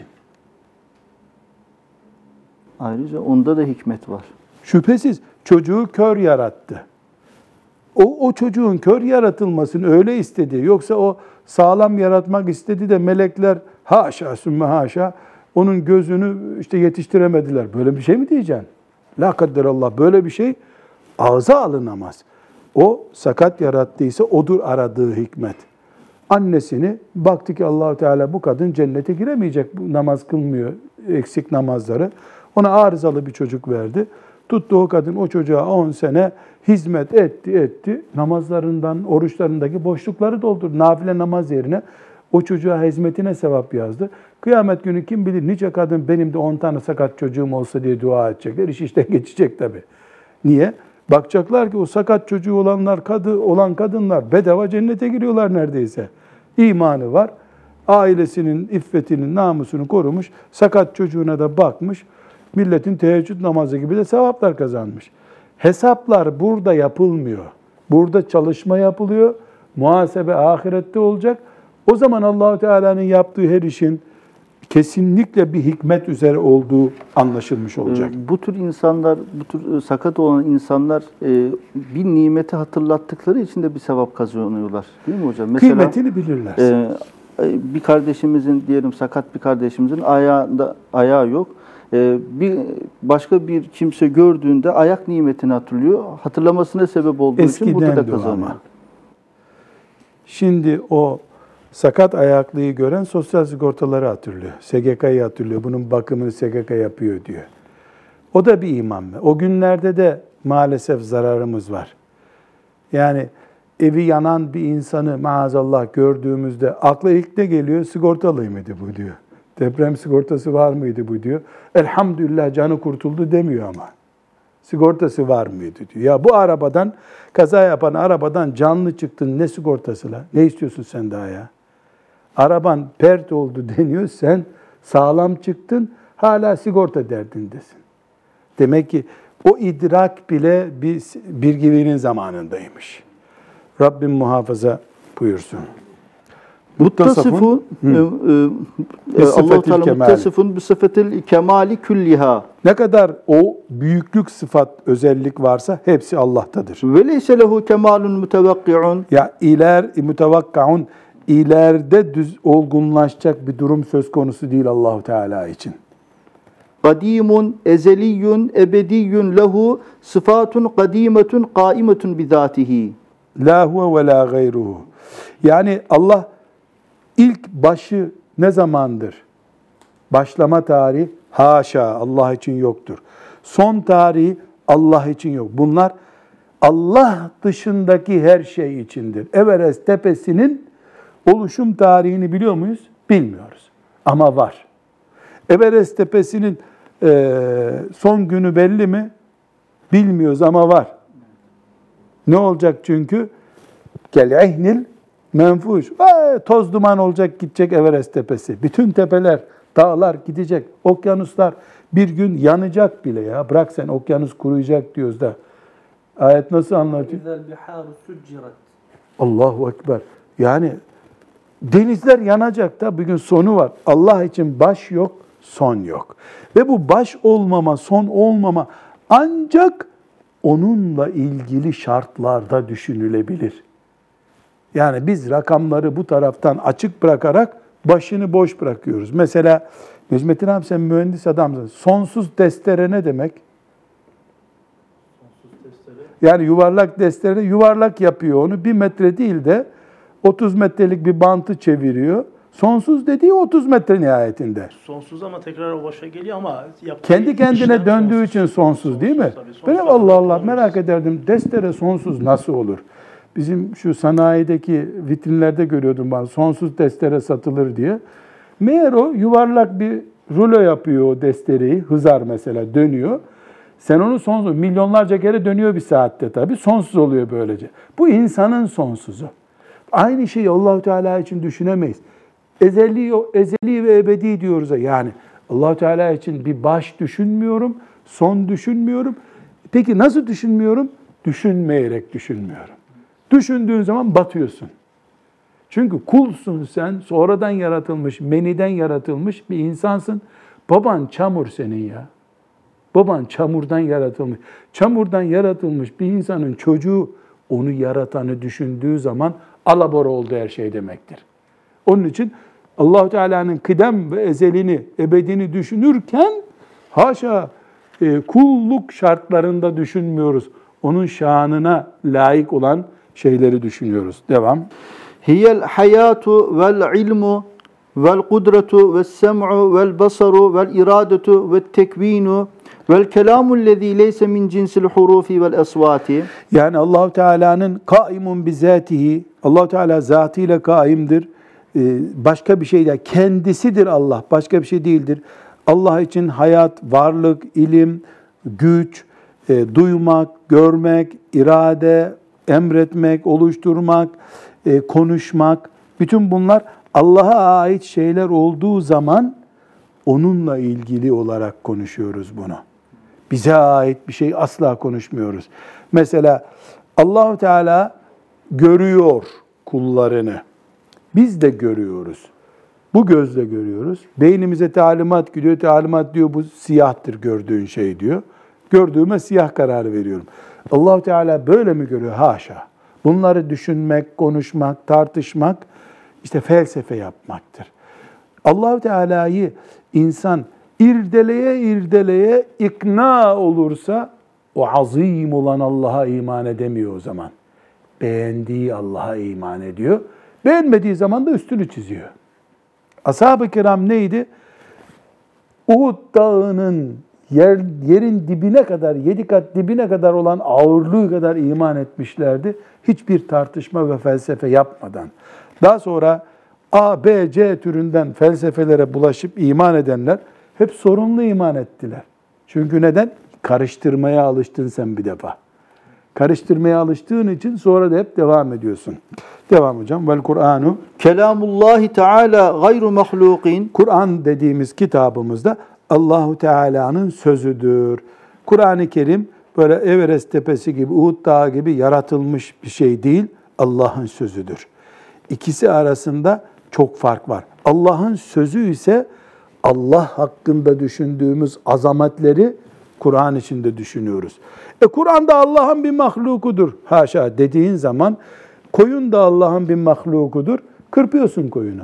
Speaker 2: Ayrıca onda da hikmet var.
Speaker 1: Şüphesiz çocuğu kör yarattı. O, o çocuğun kör yaratılmasını öyle istedi. Yoksa o sağlam yaratmak istedi de melekler haşa sümme haşa onun gözünü işte yetiştiremediler. Böyle bir şey mi diyeceksin? La kadderallah, böyle bir şey ağza alınamaz. O sakat yarattıysa odur aradığı hikmet. Annesini baktı ki Allah-u Teala bu kadın cennete giremeyecek, bu namaz kılmıyor, eksik namazları. Ona arızalı bir çocuk verdi. Tuttu o kadın o çocuğa on sene hizmet etti etti. Namazlarından, oruçlarındaki boşlukları doldurdu. Nafile namaz yerine o çocuğa hizmetine sevap yazdı. Kıyamet günü kim bilir nice kadın benim de on tane sakat çocuğum olsa diye dua edecekler. İş işten geçecek tabii. Niye? Bakacaklar ki o sakat çocuğu olanlar, kadı, olan kadınlar bedava cennete giriyorlar neredeyse. İmanı var. Ailesinin iffetinin, namusunu korumuş. Sakat çocuğuna da bakmış. Milletin teheccüd namazı gibi de sevaplar kazanmış. Hesaplar burada yapılmıyor. Burada çalışma yapılıyor. Muhasebe ahirette olacak. O zaman Allah-u Teala'nın yaptığı her işin kesinlikle bir hikmet üzere olduğu anlaşılmış olacak.
Speaker 2: Ee, bu tür insanlar, bu tür sakat olan insanlar e, bir nimeti hatırlattıkları için de bir sevap kazanıyorlar. Değil mi hocam? Mesela,
Speaker 1: kıymetini bilirler.
Speaker 2: E, bir kardeşimizin, diyelim sakat bir kardeşimizin ayağında ayağı yok. E, bir başka bir kimse gördüğünde ayak nimetini hatırlıyor. Hatırlamasına sebep olduğu
Speaker 1: Eskiden
Speaker 2: için burada da
Speaker 1: de o
Speaker 2: kazanıyor.
Speaker 1: ama. Şimdi o sakat ayaklıyı gören sosyal sigortaları hatırlıyor. S G K'yı hatırlıyor. Bunun bakımını S G K yapıyor diyor. O da bir iman mı? O günlerde de maalesef zararımız var. Yani evi yanan bir insanı maazallah gördüğümüzde akla ilk ne geliyor? Sigortalı mıydı bu diyor. Deprem sigortası var mıydı bu diyor. Elhamdülillah canı kurtuldu demiyor ama. Sigortası var mıydı diyor. Ya bu arabadan, kaza yapan arabadan canlı çıktın, ne sigortası la? Ne istiyorsun sen daha ya? Araban pert oldu deniyor, sen sağlam çıktın, hala sigorta derdindesin. Demek ki o idrak bile bir, bir gibinin zamanındaymış. Rabbim muhafaza buyursun.
Speaker 2: Muttasifun, Allah-u Teala muttasifun bi sıfetil kemali külliha.
Speaker 1: Ne kadar o büyüklük, sıfat, özellik varsa hepsi Allah'tadır.
Speaker 2: Ve leyse lehu kemalun mutevakki'un.
Speaker 1: Ya iler mutevakkaun, ileride düz olgunlaşacak bir durum söz konusu değil Allahu Teala için.
Speaker 2: Kadimun, ezeliyyun, ebediyyun lehu sıfatun kadimetun kaimetun bizatihi.
Speaker 1: La huve ve la gayruhu. Yani Allah ilk başı ne zamandır? Başlama tarihi haşa Allah için yoktur. Son tarihi Allah için yok. Bunlar Allah dışındaki her şey içindir. Everest tepesinin oluşum tarihini biliyor muyuz? Bilmiyoruz. Ama var. Everest tepesinin e, son günü belli mi? Bilmiyoruz ama var. Ne olacak çünkü? Kel-ihnil menfuş. Vay, toz duman olacak gidecek Everest tepesi. Bütün tepeler, dağlar gidecek. Okyanuslar bir gün yanacak bile ya. Bırak sen okyanus kuruyacak diyoruz da. Ayet nasıl anlatıyor? Allahu Ekber. Yani denizler yanacak da bir gün sonu var. Allah için baş yok, son yok. Ve bu baş olmama, son olmama ancak onunla ilgili şartlarda düşünülebilir. Yani biz rakamları bu taraftan açık bırakarak başını boş bırakıyoruz. Mesela Necmettin abi sen mühendis adamsın. Sonsuz testere ne demek? Sonsuz testere. Yani yuvarlak testere yuvarlak yapıyor onu. Bir metre değil de otuz metrelik bir bantı çeviriyor. Sonsuz dediği otuz metre nihayetinde.
Speaker 3: Sonsuz ama tekrar o başa geliyor ama
Speaker 1: kendi kendine döndüğü sonsuz, için sonsuz, sonsuz değil mi? Tabii, ben hep Allah Allah merak ederdim. Testere sonsuz nasıl olur? Bizim şu sanayideki vitrinlerde görüyordum ben. Sonsuz testere satılır diye. Meğer o yuvarlak bir rulo yapıyor o testereyi. Hızar mesela dönüyor. Sen onu sonsuz, milyonlarca kere dönüyor bir saatte tabii. Sonsuz oluyor böylece. Bu insanın sonsuzu. Aynı şeyi Allah-u Teala için düşünemeyiz. Ezeli, ezeli ve ebedi diyoruz ya. Yani Allah-u Teala için bir baş düşünmüyorum, son düşünmüyorum. Peki nasıl düşünmüyorum? Düşünmeyerek düşünmüyorum. Düşündüğün zaman batıyorsun. Çünkü kulsun sen, sonradan yaratılmış, meniden yaratılmış bir insansın. Baban çamur senin ya. Baban çamurdan yaratılmış. Çamurdan yaratılmış bir insanın çocuğu onu yaratanı düşündüğü zaman alabora oldu her şey demektir. Onun için Allah-u Teala'nın kıdem ve ezelini, ebedini düşünürken haşa e, kulluk şartlarında düşünmüyoruz. Onun şanına layık olan şeyleri düşünüyoruz. Devam.
Speaker 2: Hiyel hayatu vel ilmu vel kudretu vel sem'u vel basaru vel iradetu vel tekvinu vel kelamu lezî leyse min cinsil hurufi vel esvati.
Speaker 1: Yani Allah-u Teala'nın kaimun bizatihi, Allah-u Teala zatıyla kaimdir. Başka bir şey değil. Kendisidir Allah. Başka bir şey değildir. Allah için hayat, varlık, ilim, güç, e, duymak, görmek, irade, emretmek, oluşturmak, e, konuşmak, bütün bunlar Allah'a ait şeyler olduğu zaman onunla ilgili olarak konuşuyoruz bunu. Bize ait bir şey asla konuşmuyoruz. Mesela Allah-u Teala görüyor kullarını. Biz de görüyoruz. Bu gözle görüyoruz. Beynimize talimat gidiyor. Talimat diyor bu siyahtır gördüğün şey diyor. Gördüğüme siyah kararı veriyorum. Allah-u Teala böyle mi görüyor? Haşa. Bunları düşünmek, konuşmak, tartışmak işte felsefe yapmaktır. Allah-u Teala'yı insan irdeleye irdeleye ikna olursa o azim olan Allah'a iman edemiyor o zaman. Beğendiği Allah'a iman ediyor. Beğenmediği zaman da üstünü çiziyor. Ashab-ı kiram neydi? Uhud dağının yer, yerin dibine kadar, yedi kat dibine kadar olan ağırlığı kadar iman etmişlerdi. Hiçbir tartışma ve felsefe yapmadan. Daha sonra A, B, C türünden felsefelere bulaşıp iman edenler hep sorunlu iman ettiler. Çünkü neden? Karıştırmaya alıştın sen bir defa. Karıştırmaya alıştığın için sonra da hep devam ediyorsun. Devam hocam. Vel Kur'anu
Speaker 2: Kelamullahi Teala gayru mahlukin.
Speaker 1: Kur'an dediğimiz kitabımızda Allahu Teala'nın sözüdür. Kur'an-ı Kerim böyle Everest tepesi gibi, Uhud dağı gibi yaratılmış bir şey değil, Allah'ın sözüdür. İkisi arasında çok fark var. Allah'ın sözü ise Allah hakkında düşündüğümüz azametleri Kur'an içinde düşünüyoruz. E Kur'an da Allah'ın bir mahlukudur. Haşa dediğin zaman koyun da Allah'ın bir mahlukudur. Kırpıyorsun koyunu.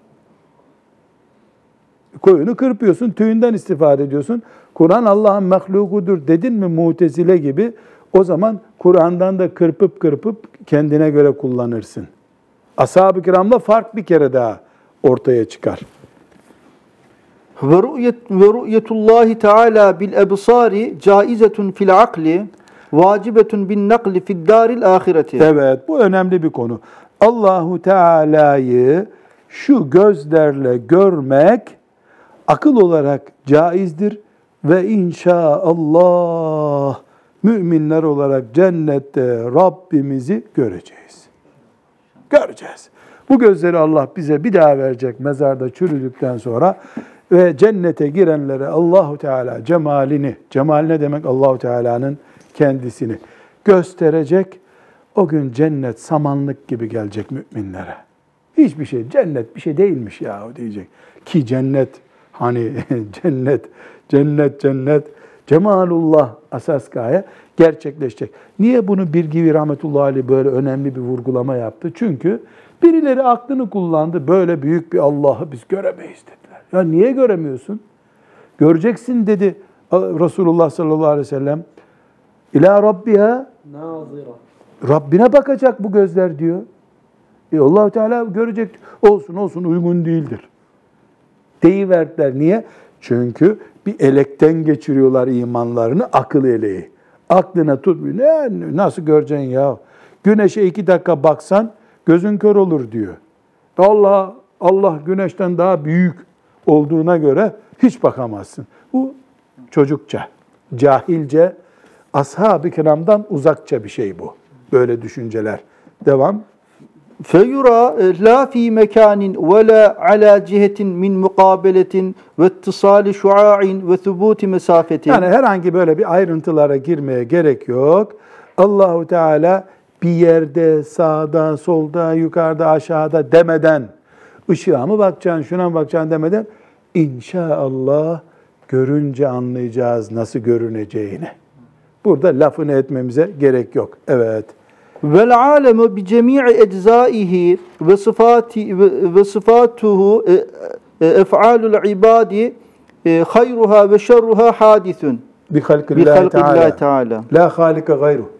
Speaker 1: Koyunu kırpıyorsun, tüyünden istifade ediyorsun. Kur'an Allah'ın mahlukudur dedin mi Mu'tezile gibi, o zaman Kur'an'dan da kırpıp kırpıp kendine göre kullanırsın. Ashab-ı kiramla fark bir kere daha ortaya çıkar.
Speaker 2: Ve ru'yet ve ru'yetullahi Teala bil ebsari caizetun fil akli vacibetun bin nakli fid daril ahireti.
Speaker 1: Evet, bu önemli bir konu. Allahu Teala'yı şu gözlerle görmek akıl olarak caizdir ve inşaallah müminler olarak cennette Rabbimizi göreceğiz. Göreceğiz. Bu gözleri Allah bize bir daha verecek mezarda çürüdükten sonra ve cennete girenlere Allahu Teala cemalini, cemal ne demek? Allahu Teala'nın kendisini gösterecek. O gün cennet samanlık gibi gelecek müminlere. Hiçbir şey, cennet bir şey değilmiş ya diyecek. Ki cennet, hani cennet, cennet, cennet, cemalullah asas gaye gerçekleşecek. Niye bunu Birgivi rahmetullahi aleyh böyle önemli bir vurgulama yaptı? Çünkü birileri aklını kullandı, böyle büyük bir Allah'ı biz göremeyiz dediler. Ya niye göremiyorsun? Göreceksin dedi Resulullah sallallahu aleyhi ve sellem. İlâ rabbiha nazira. Rabbine bakacak bu gözler diyor. E Allah-u Teala görecek. Olsun olsun uygun değildir. Deyiverdiler. Niye? Çünkü bir elekten geçiriyorlar imanlarını, akıl eleği. Aklına tutmuyor. Ne, nasıl göreceksin ya? Güneşe iki dakika baksan gözün kör olur diyor. Allah, Allah güneşten daha büyük olduğuna göre hiç bakamazsın. Bu çocukça, cahilce, ashab-ı kiramdan uzakça bir şey bu. Böyle düşünceler. Devam.
Speaker 2: Feyura la fi mekanin ve la ala cihetin min mukabeletin ve ittisali şua'in ve thubuti mesafetin.
Speaker 1: Yani herhangi böyle bir ayrıntılara girmeye gerek yok. Allahu Teala bir yerde, sağda, solda, yukarıda, aşağıda demeden, ışığa mı bakacaksın, şuna mı bakacaksın demeden, inşallah görünce anlayacağız nasıl görüneceğini. Burada lafını etmemize gerek yok. Evet.
Speaker 2: Vel alemu bi cemii eczaihi ve sıfati ve sıfatuhu ef'alul ibadi hayruha ve şerruha hadisun
Speaker 1: bi halqillahi
Speaker 2: teala
Speaker 1: la halika gayru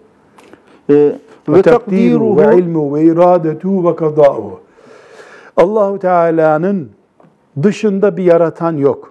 Speaker 2: ve takdiruhu
Speaker 1: ve ilmu ve iradetu ve kada'u. Allahu Teala'nın dışında bir yaratan yok.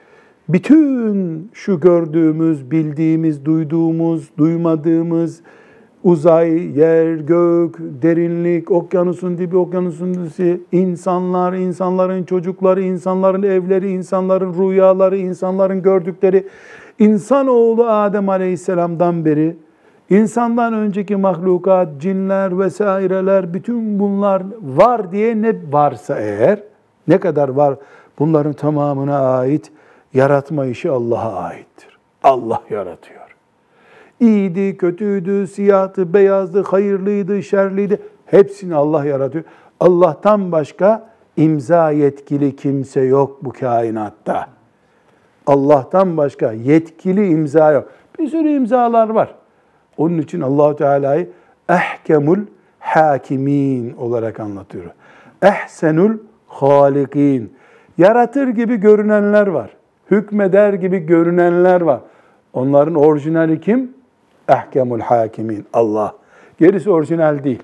Speaker 1: Bütün şu gördüğümüz, bildiğimiz, duyduğumuz, duymadığımız uzay, yer, gök, derinlik, okyanusun dibi, okyanusun dibi, insanlar, insanların çocukları, insanların evleri, insanların rüyaları, insanların gördükleri, insanoğlu Adem Aleyhisselam'dan beri, insandan önceki mahlukat, cinler vesaireler, bütün bunlar var diye ne varsa eğer, ne kadar var, bunların tamamına ait yaratma işi Allah'a aittir. Allah yaratıyor. İyiydi, kötüydü, siyahtı, beyazdı, hayırlıydı, şerliydi. Hepsini Allah yaratıyor. Allah'tan başka imza yetkili kimse yok bu kainatta. Allah'tan başka yetkili imza yok. Bir sürü imzalar var. Onun için Allah-u Teala'yı ehkemul hakimin olarak anlatıyor. Ehsenul halikin. Yaratır gibi görünenler var. Hükmeder gibi görünenler var. Onların orijinali kim? Ehkemul hakimin. Allah. Gerisi orijinal değil.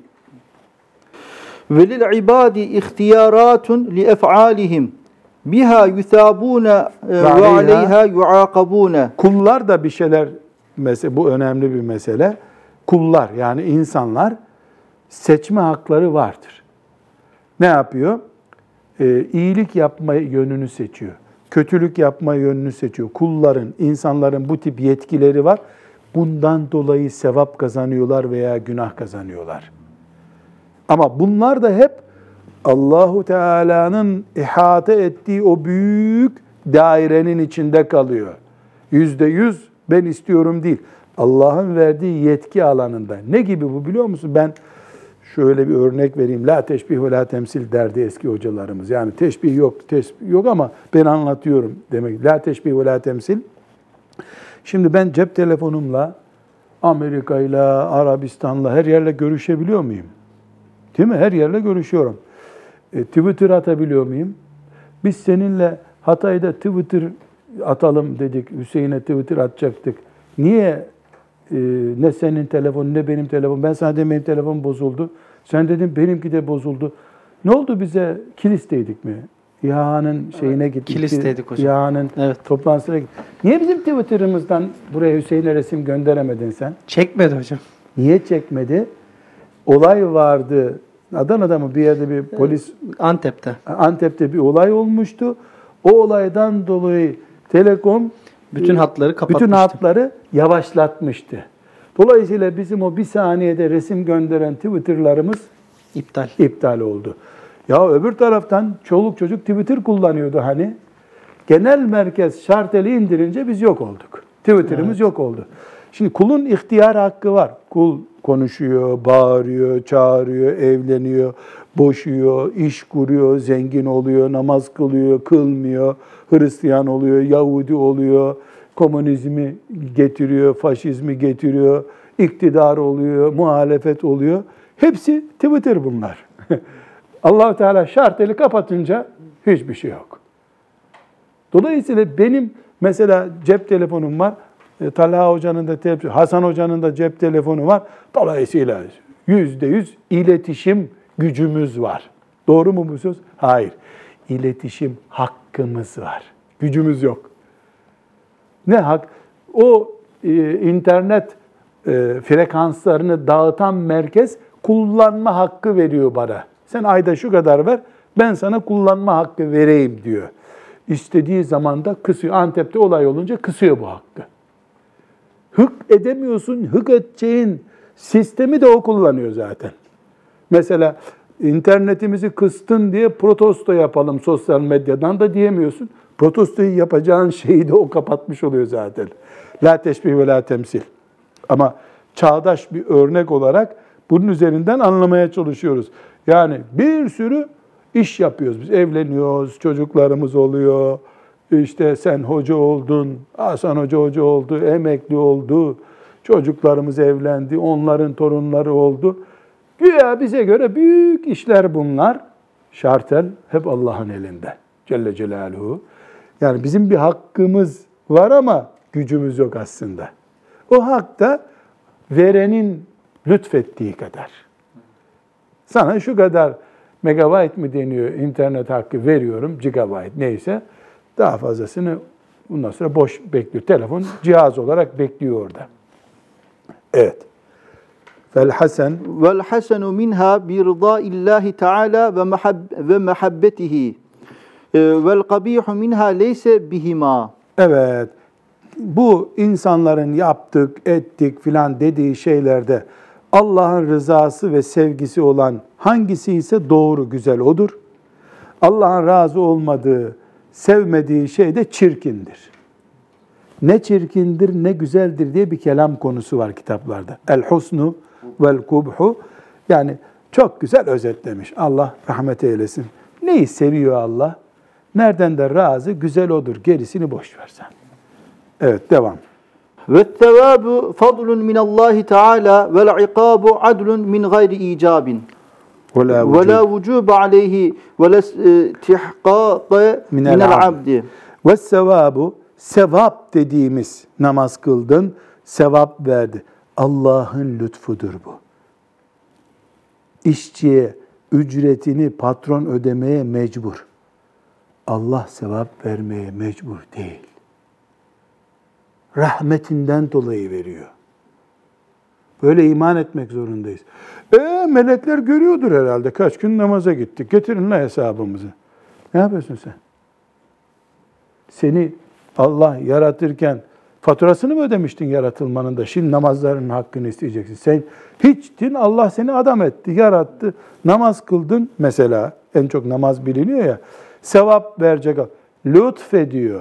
Speaker 2: Velil ibadi ihtiyaratun li ef'alihim biha yuthabuna ve aleyha yuaqabuna.
Speaker 1: Kullar da bir şeyler, mesela bu önemli bir mesele. Kullar yani insanlar seçme hakları vardır. Ne yapıyor? Ee, iyilik yapma yönünü seçiyor. Kötülük yapma yönünü seçiyor. Kulların, insanların bu tip yetkileri var. Bundan dolayı sevap kazanıyorlar veya günah kazanıyorlar. Ama bunlar da hep Allahu Teala'nın ihate ettiği o büyük dairenin içinde kalıyor. Yüzde yüz ben istiyorum değil. Allah'ın verdiği yetki alanında. Ne gibi bu biliyor musun? Ben şöyle bir örnek vereyim. La teşbih ve la temsil derdi eski hocalarımız. Yani teşbih yok, teşbih yok ama ben anlatıyorum demek. La teşbih ve la temsil. Şimdi ben cep telefonumla Amerika'yla, Arabistan'la her yerle görüşebiliyor muyum? Değil mi? Her yerle görüşüyorum. E, Twitter atabiliyor muyum? Biz seninle Hatay'da Twitter atalım dedik. Hüseyin'e Twitter atacaktık. Niye e, ne senin telefonun ne benim telefonum? Ben sana dedim benim telefonum bozuldu. Sen dedin benimki de bozuldu. Ne oldu bize? Kilisteydik mi? İHA'nın şeyine gittik.
Speaker 2: Kilisteydik hocam.
Speaker 1: İHA'nın
Speaker 2: Evet.
Speaker 1: toplantısına gittik. Niye bizim Twitter'ımızdan buraya Hüseyin'e resim gönderemedin sen?
Speaker 2: Çekmedi hocam.
Speaker 1: Niye çekmedi? Olay vardı. Adana'da mı bir yerde bir polis,
Speaker 2: Antep'te.
Speaker 1: Antep'te bir olay olmuştu. O olaydan dolayı Telekom
Speaker 2: Bütün hatları kapatmıştı.
Speaker 1: bütün hatları yavaşlatmıştı. Dolayısıyla bizim o bir saniyede resim gönderen Twitter'larımız
Speaker 2: İptal.
Speaker 1: iptal oldu. Ya öbür taraftan çoluk çocuk Twitter kullanıyordu hani. Genel merkez şarteli indirince biz yok olduk. Twitter'ımız evet. yok oldu. Şimdi kulun ihtiyar hakkı var. Kul konuşuyor, bağırıyor, çağırıyor, evleniyor, boşuyor, iş kuruyor, zengin oluyor, namaz kılıyor, kılmıyor, Hristiyan oluyor, Yahudi oluyor, komünizmi getiriyor, faşizmi getiriyor, iktidar oluyor, muhalefet oluyor. Hepsi Twitter bunlar. Allah-u Teala şarteli kapatınca hiçbir şey yok. Dolayısıyla benim mesela cep telefonum var. Talha Hoca'nın da telefonu, Hasan Hoca'nın da cep telefonu var. Dolayısıyla yüzde yüz iletişim gücümüz var. Doğru mu bu söz? Hayır. İletişim hakkımız var. Gücümüz yok. Ne hak? O e, internet e, frekanslarını dağıtan merkez kullanma hakkı veriyor bana. Sen ayda şu kadar ver, ben sana kullanma hakkı vereyim diyor. İstediği zaman da kısıyor. Antep'te olay olunca kısıyor bu hakkı. Hık edemiyorsun, hık edeceğin sistemi de o kullanıyor zaten. Mesela internetimizi kıstın diye protesto yapalım sosyal medyadan da diyemiyorsun. Protestoyu yapacağın şeyi de o kapatmış oluyor zaten. La teşbih ve la temsil. Ama çağdaş bir örnek olarak bunun üzerinden anlamaya çalışıyoruz. Yani bir sürü iş yapıyoruz biz. Evleniyoruz, çocuklarımız oluyor. İşte sen hoca oldun, Hasan Hoca hoca oldu, emekli oldu. Çocuklarımız evlendi, onların torunları oldu. Güya bize göre büyük işler bunlar. Şartel hep Allah'ın elinde. Celle Celaluhu. Yani bizim bir hakkımız var ama gücümüz yok aslında. O hak da verenin lütfettiği kadar. Sana şu kadar megabayt mı deniyor internet hakkı veriyorum, gigabayt neyse. Daha fazlasını bundan sonra boş bekliyor. Telefon cihaz olarak bekliyor orada. Evet. Vel hasen
Speaker 2: vel hasenu minha bi rıdaillahi Teala ve mahab ve muhabbetihi. Vel kabihu minha leyse bihima.
Speaker 1: Evet. Bu insanların yaptık, ettik filan dediği şeylerde Allah'ın rızası ve sevgisi olan hangisi ise doğru, güzel odur. Allah'ın razı olmadığı, sevmediği şey de çirkindir. Ne çirkindir, ne güzeldir diye bir kelam konusu var kitaplarda. El husnu vel kubhu. Yani çok güzel özetlemiş. Allah rahmet eylesin. Neyi seviyor Allah? Nereden de razı, güzel odur. Gerisini boş versen. Evet, devam.
Speaker 2: Ve's-sevabu fadlun minallahi Teala vel ikabu adlun min gayri icabin. Ve la vucub aleyhi ve la istihqaq minel abdi.
Speaker 1: Ve's-sevabu, sevap dediğimiz namaz kıldın, sevap verdi. Allah'ın lütfudur bu. İşçiye ücretini patron ödemeye mecbur. Allah sevap vermeye mecbur değil. Rahmetinden dolayı veriyor. Böyle iman etmek zorundayız. E melekler görüyordur herhalde. Kaç gün namaza gittik. Getirin la hesabımızı. Ne yapıyorsun sen? Seni Allah yaratırken faturasını mı ödemiştin yaratılmanın da? Şimdi namazların hakkını isteyeceksin. Sen hiçtin, Allah seni adam etti, yarattı. Namaz kıldın mesela. En çok namaz biliniyor ya. Sevap verecek. Lütfediyor.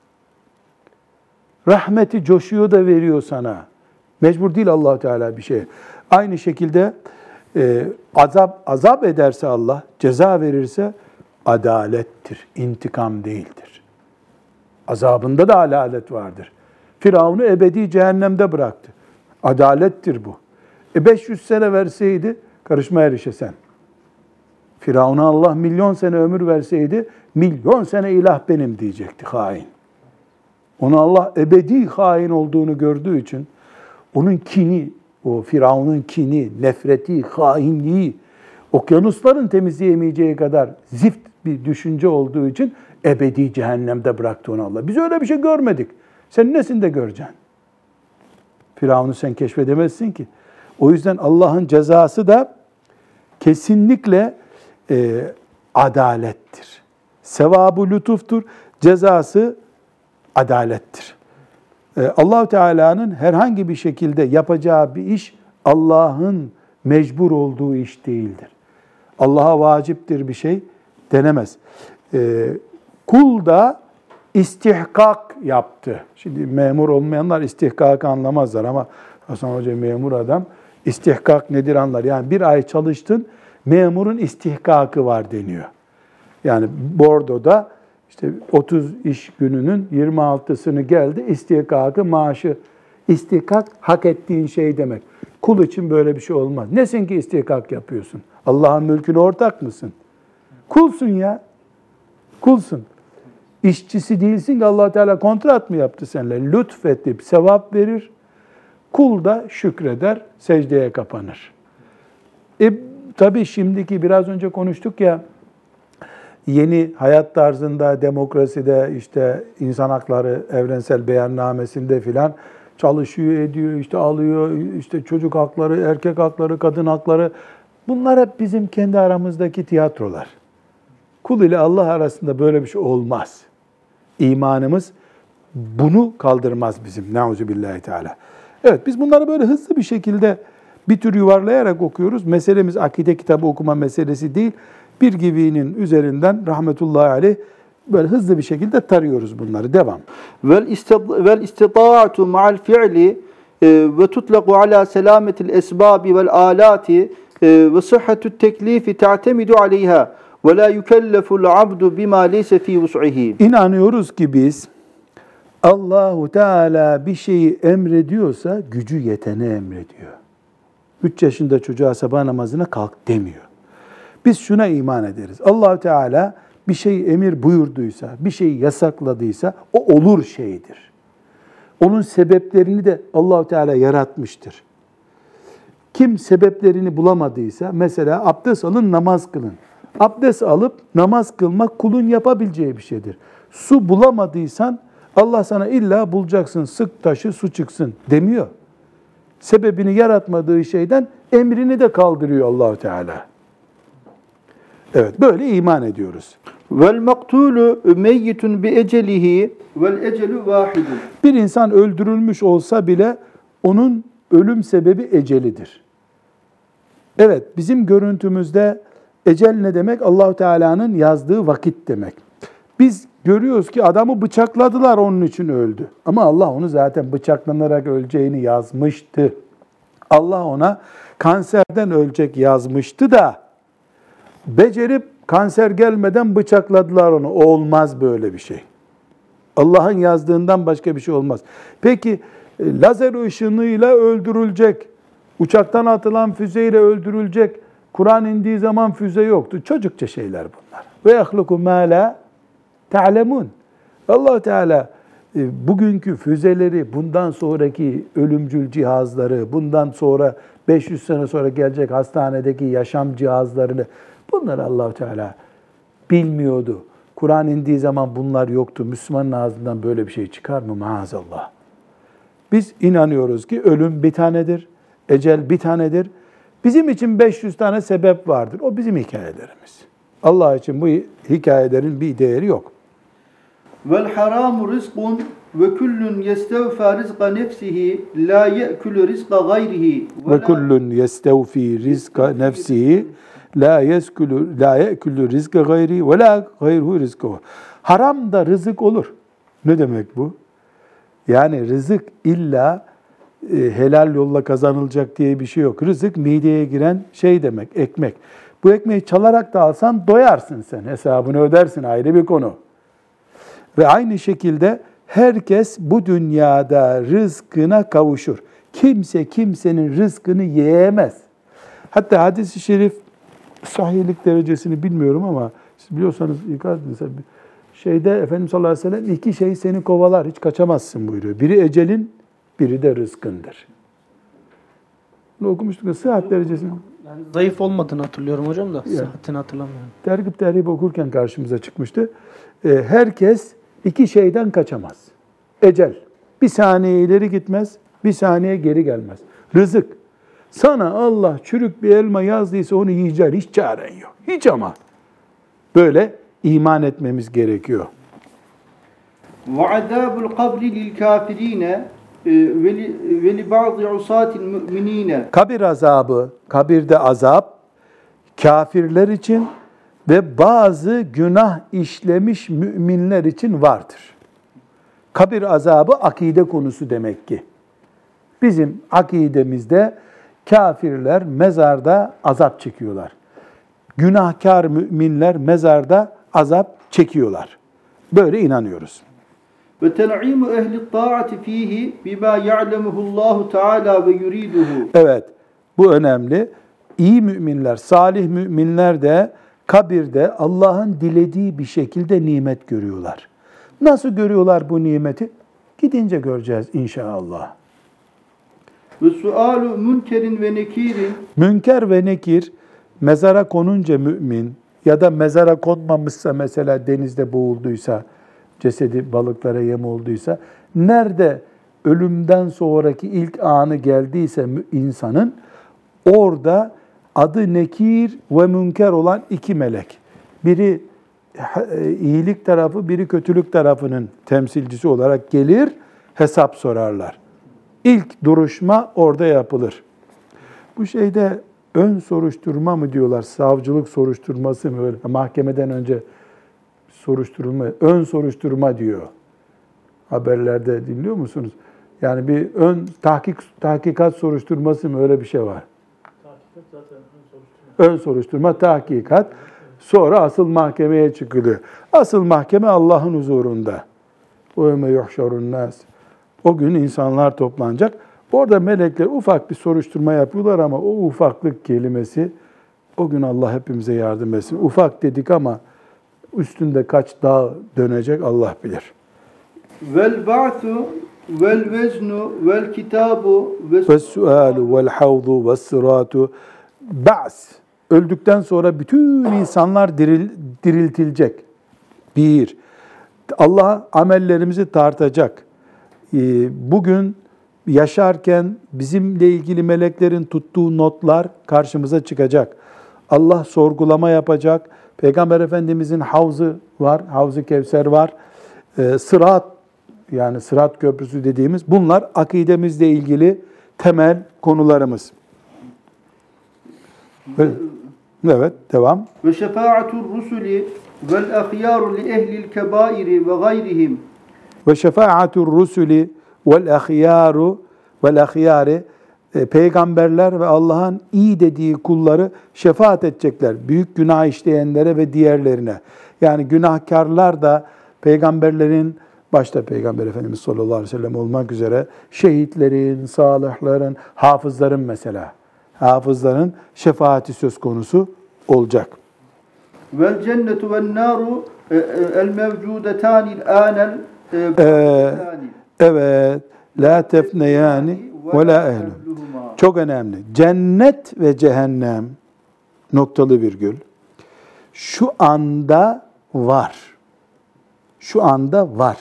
Speaker 1: Rahmeti coşuyor da veriyor sana. Mecbur değil Allah-u Teala bir şey. Aynı şekilde e, azap azap ederse Allah, ceza verirse adalettir, intikam değildir. Azabında da adalet vardır. Firavun'u ebedi cehennemde bıraktı. Adalettir bu. E beş yüz sene verseydi, karışma her işe sen. Firavun'a Allah milyon sene ömür verseydi, milyon sene ilah benim diyecekti hain. Ona Allah ebedi hain olduğunu gördüğü için, onun kini, o Firavun'un kini, nefreti, hainliği, okyanusların temizleyemeyeceği kadar zift bir düşünce olduğu için ebedi cehennemde bıraktı onu Allah. Biz öyle bir şey görmedik. Sen nesinde göreceksin? Firavun'u sen keşfedemezsin ki. O yüzden Allah'ın cezası da kesinlikle e, adalettir. Sevabı lütuftur, cezası adalettir. E, Allah-u Teala'nın herhangi bir şekilde yapacağı bir iş Allah'ın mecbur olduğu iş değildir. Allah'a vaciptir bir şey denemez. E, kul da istihkak yaptı. Şimdi memur olmayanlar istihkakı anlamazlar ama Hasan Hoca memur adam. İstihkak nedir anlar. Yani bir ay çalıştın, memurun istihkakı var deniyor. Yani Bordo'da işte otuz iş gününün yirmi altısını geldi, istihkakı, maaşı. İstihkak hak ettiğin şey demek. Kul için böyle bir şey olmaz. Nesin ki istihkak yapıyorsun? Allah'ın mülküne ortak mısın? Kulsun ya. Kulsun. İşçisi değilsin ki Allah Teala kontrat mı yaptı seninle? Lütfedip sevap verir. Kul da şükreder, secdeye kapanır. E tabii şimdiki biraz önce konuştuk ya, yeni hayat tarzında, demokraside, işte insan hakları evrensel beyannamesinde filan çalışıyor, ediyor, işte alıyor, işte çocuk hakları, erkek hakları, kadın hakları. Bunlar hep bizim kendi aramızdaki tiyatrolar. Kul ile Allah arasında böyle bir şey olmaz. İmanımız bunu kaldırmaz bizim. Nauzubillahi Teala. Evet, biz bunları böyle hızlı bir şekilde bir tür yuvarlayarak okuyoruz. Meselemiz akide kitabı okuma meselesi değil. Bir gibinin üzerinden rahmetullahi aleyh böyle hızlı bir şekilde tarıyoruz bunları. Devam.
Speaker 2: Vel vel istita'atu ma'al fi'li ve tutlaqu ala selamatil esbabi vel alati ve sıhhatut teklifi ta'temidu aleyha ve la yukelleful abdu bima leysa fi vus'ihi.
Speaker 1: İnanıyoruz ki biz Allahu Teala bir şeyi emrediyorsa gücü yetene emrediyor. Üç yaşında çocuğa sabah namazına kalk demiyor. Biz şuna iman ederiz. Allah Teala bir şey emir buyurduysa, bir şey yasakladıysa o olur şeydir. Onun sebeplerini de Allah Teala yaratmıştır. Kim sebeplerini bulamadıysa, mesela abdest alın, namaz kılın. Abdest alıp namaz kılmak kulun yapabileceği bir şeydir. Su bulamadıysan Allah sana illa bulacaksın, sık taşı su çıksın demiyor. Sebebini yaratmadığı şeyden emrini de kaldırıyor Allah Teala. Evet, böyle iman ediyoruz.
Speaker 2: Vel maktulu meyyitun bi ecelihi vel ecelu vahidun.
Speaker 1: Bir insan öldürülmüş olsa bile onun ölüm sebebi ecelidir. Evet, bizim görüntümüzde ecel ne demek? Allah Teala'nın yazdığı vakit demek. Biz görüyoruz ki adamı bıçakladılar, onun için öldü. Ama Allah onu zaten bıçaklanarak öleceğini yazmıştı. Allah ona kanserden ölecek yazmıştı da becerip kanser gelmeden bıçakladılar onu. Olmaz böyle bir şey. Allah'ın yazdığından başka bir şey olmaz. Peki lazer ışınıyla öldürülecek, uçaktan atılan füzeyle öldürülecek, Kur'an indiği zaman füze yoktu. Çocukça şeyler bunlar. Ve yahluku ma la ta'lemun. Allah Teala bugünkü füzeleri, bundan sonraki ölümcül cihazları, bundan sonra beş yüz sene sonra gelecek hastanedeki yaşam cihazlarını, bunları Allah Teala bilmiyordu. Kur'an indiği zaman bunlar yoktu. Müslümanın ağzından böyle bir şey çıkar mı? Maazallah. Biz inanıyoruz ki ölüm bir tanedir, ecel bir tanedir. Bizim için beş yüz tane sebep vardır. O bizim hikayelerimiz. Allah için bu hikayelerin bir değeri yok.
Speaker 2: Vel haramu rizkun ve kullun yestevfa rizqa nefsihi la ye'kulu rizqa gayrihi
Speaker 1: ve kullun yestevfi rizqa nefsihi la yeskulu la ye'kulu rizqa gayri ve la gayruhu rizquhu. Haram da rızık olur. Ne demek bu? Yani rızık illa e, helal yolla kazanılacak diye bir şey yok. Rızık mideye giren şey demek, ekmek. Bu ekmeği çalarak da alsan doyarsın sen. Hesabını ödersin, ayrı bir konu. Ve aynı şekilde herkes bu dünyada rızkına kavuşur. Kimse kimsenin rızkını yiyemez. Hatta hadis-i şerif sahihlik derecesini bilmiyorum ama siz biliyorsanız ikaz edin. Şeyde Efendimiz sallallahu aleyhi ve sellem iki şey seni kovalar, hiç kaçamazsın buyuruyor. Biri ecelin, biri de rızkındır. Bunu okumuştuk ya, sıhhat derecesini.
Speaker 3: Yani zayıf olmadığını hatırlıyorum hocam da
Speaker 1: Yani.
Speaker 3: sıhhatini hatırlamıyorum.
Speaker 1: Tergib Terhib okurken karşımıza çıkmıştı. Ee, herkes iki şeyden kaçamaz. Ecel. Bir saniye ileri gitmez, bir saniye geri gelmez. Rızık. Sana Allah çürük bir elma yazdıysa onu yiyeceksin. Hiç çaren yok. Hiç ama. Böyle iman etmemiz gerekiyor.
Speaker 2: وَعَذَابُ الْقَبْرِ لِلْكَافِر۪ينَ وَلِبَعْضِ عُصَاتِ الْمُؤْمِن۪ينَ
Speaker 1: Kabir azabı, kabirde azap, kafirler için ve bazı günah işlemiş müminler için vardır. Kabir azabı akide konusu demek ki. Bizim akidemizde kafirler mezarda azap çekiyorlar. Günahkar müminler mezarda azap çekiyorlar. Böyle inanıyoruz.
Speaker 2: وَتَنْعِيمُ اَهْلِ الطَّاعَةِ ف۪يهِ بِمَا يَعْلَمُهُ اللّٰهُ تَعَالَى وَيُرِيدُهُ.
Speaker 1: Evet, bu önemli. İyi müminler, salih müminler de kabirde Allah'ın dilediği bir şekilde nimet görüyorlar. Nasıl görüyorlar bu nimeti? Gidince göreceğiz inşallah.
Speaker 2: وَسُؤَالُ مُنْكَرٍ وَنَك۪يرٍ.
Speaker 1: Münker ve nekir mezara konunca mümin ya da mezara konmamışsa, mesela denizde boğulduysa, cesedi balıklara yem olduysa, nerede ölümden sonraki ilk anı geldiyse insanın, orada adı nekir ve münker olan iki melek. Biri iyilik tarafı, biri kötülük tarafının temsilcisi olarak gelir, hesap sorarlar. İlk duruşma orada yapılır. Bu şeyde ön soruşturma mı diyorlar, savcılık soruşturması mı, öyle mahkemeden önce soruşturma, ön soruşturma diyor. Haberlerde dinliyor musunuz? Yani bir ön tahkik tahkikat soruşturması mı, öyle bir şey var.
Speaker 3: Tahkikat zaten ön soruşturma.
Speaker 1: Ön soruşturma, tahkikat, sonra asıl mahkemeye çıkılıyor. Asıl mahkeme Allah'ın huzurunda. وَيَوْمَ يُحْشَرُ النَّاسِ. O gün insanlar toplanacak. Orada melekler ufak bir soruşturma yapıyorlar ama o ufaklık kelimesi, o gün Allah hepimize yardım etsin. Ufak dedik ama üstünde kaç dağ dönecek Allah bilir.
Speaker 2: وَالْبَعْثُ وَالْوَزْنُ وَالْكِتَابُ
Speaker 1: وَالسُّؤَالُ وَالْحَوْضُ وَالصِّرَاتُ Ba's. Öldükten sonra bütün insanlar diril, diriltilecek. Bir, Allah amellerimizi tartacak. Bugün yaşarken bizimle ilgili meleklerin tuttuğu notlar karşımıza çıkacak. Allah sorgulama yapacak. Peygamber Efendimizin havzı var, havzı Kevser var. Sırat, yani Sırat Köprüsü dediğimiz, bunlar akidemizle ilgili temel konularımız. Evet, devam.
Speaker 2: Ve şefaatur rusuli vel ahyaru li ehlil kebairi ve gayrihim.
Speaker 1: Ve şefaatur rusuli vel ahyaru vel ahyari, peygamberler ve Allah'ın iyi dediği kulları şefaat edecekler. Büyük günah işleyenlere ve diğerlerine. Yani günahkarlar da peygamberlerin, başta Peygamber Efendimiz sallallahu aleyhi ve sellem olmak üzere, şehitlerin, salihlerin, hafızların mesela, hafızların şefaati söz konusu olacak.
Speaker 2: Vel cennetu ven naru el mevcudetanil anel.
Speaker 1: Evet. La tefneyani ve la ehlu. Çok önemli. Cennet ve cehennem, noktalı virgül, şu anda var. Şu anda var.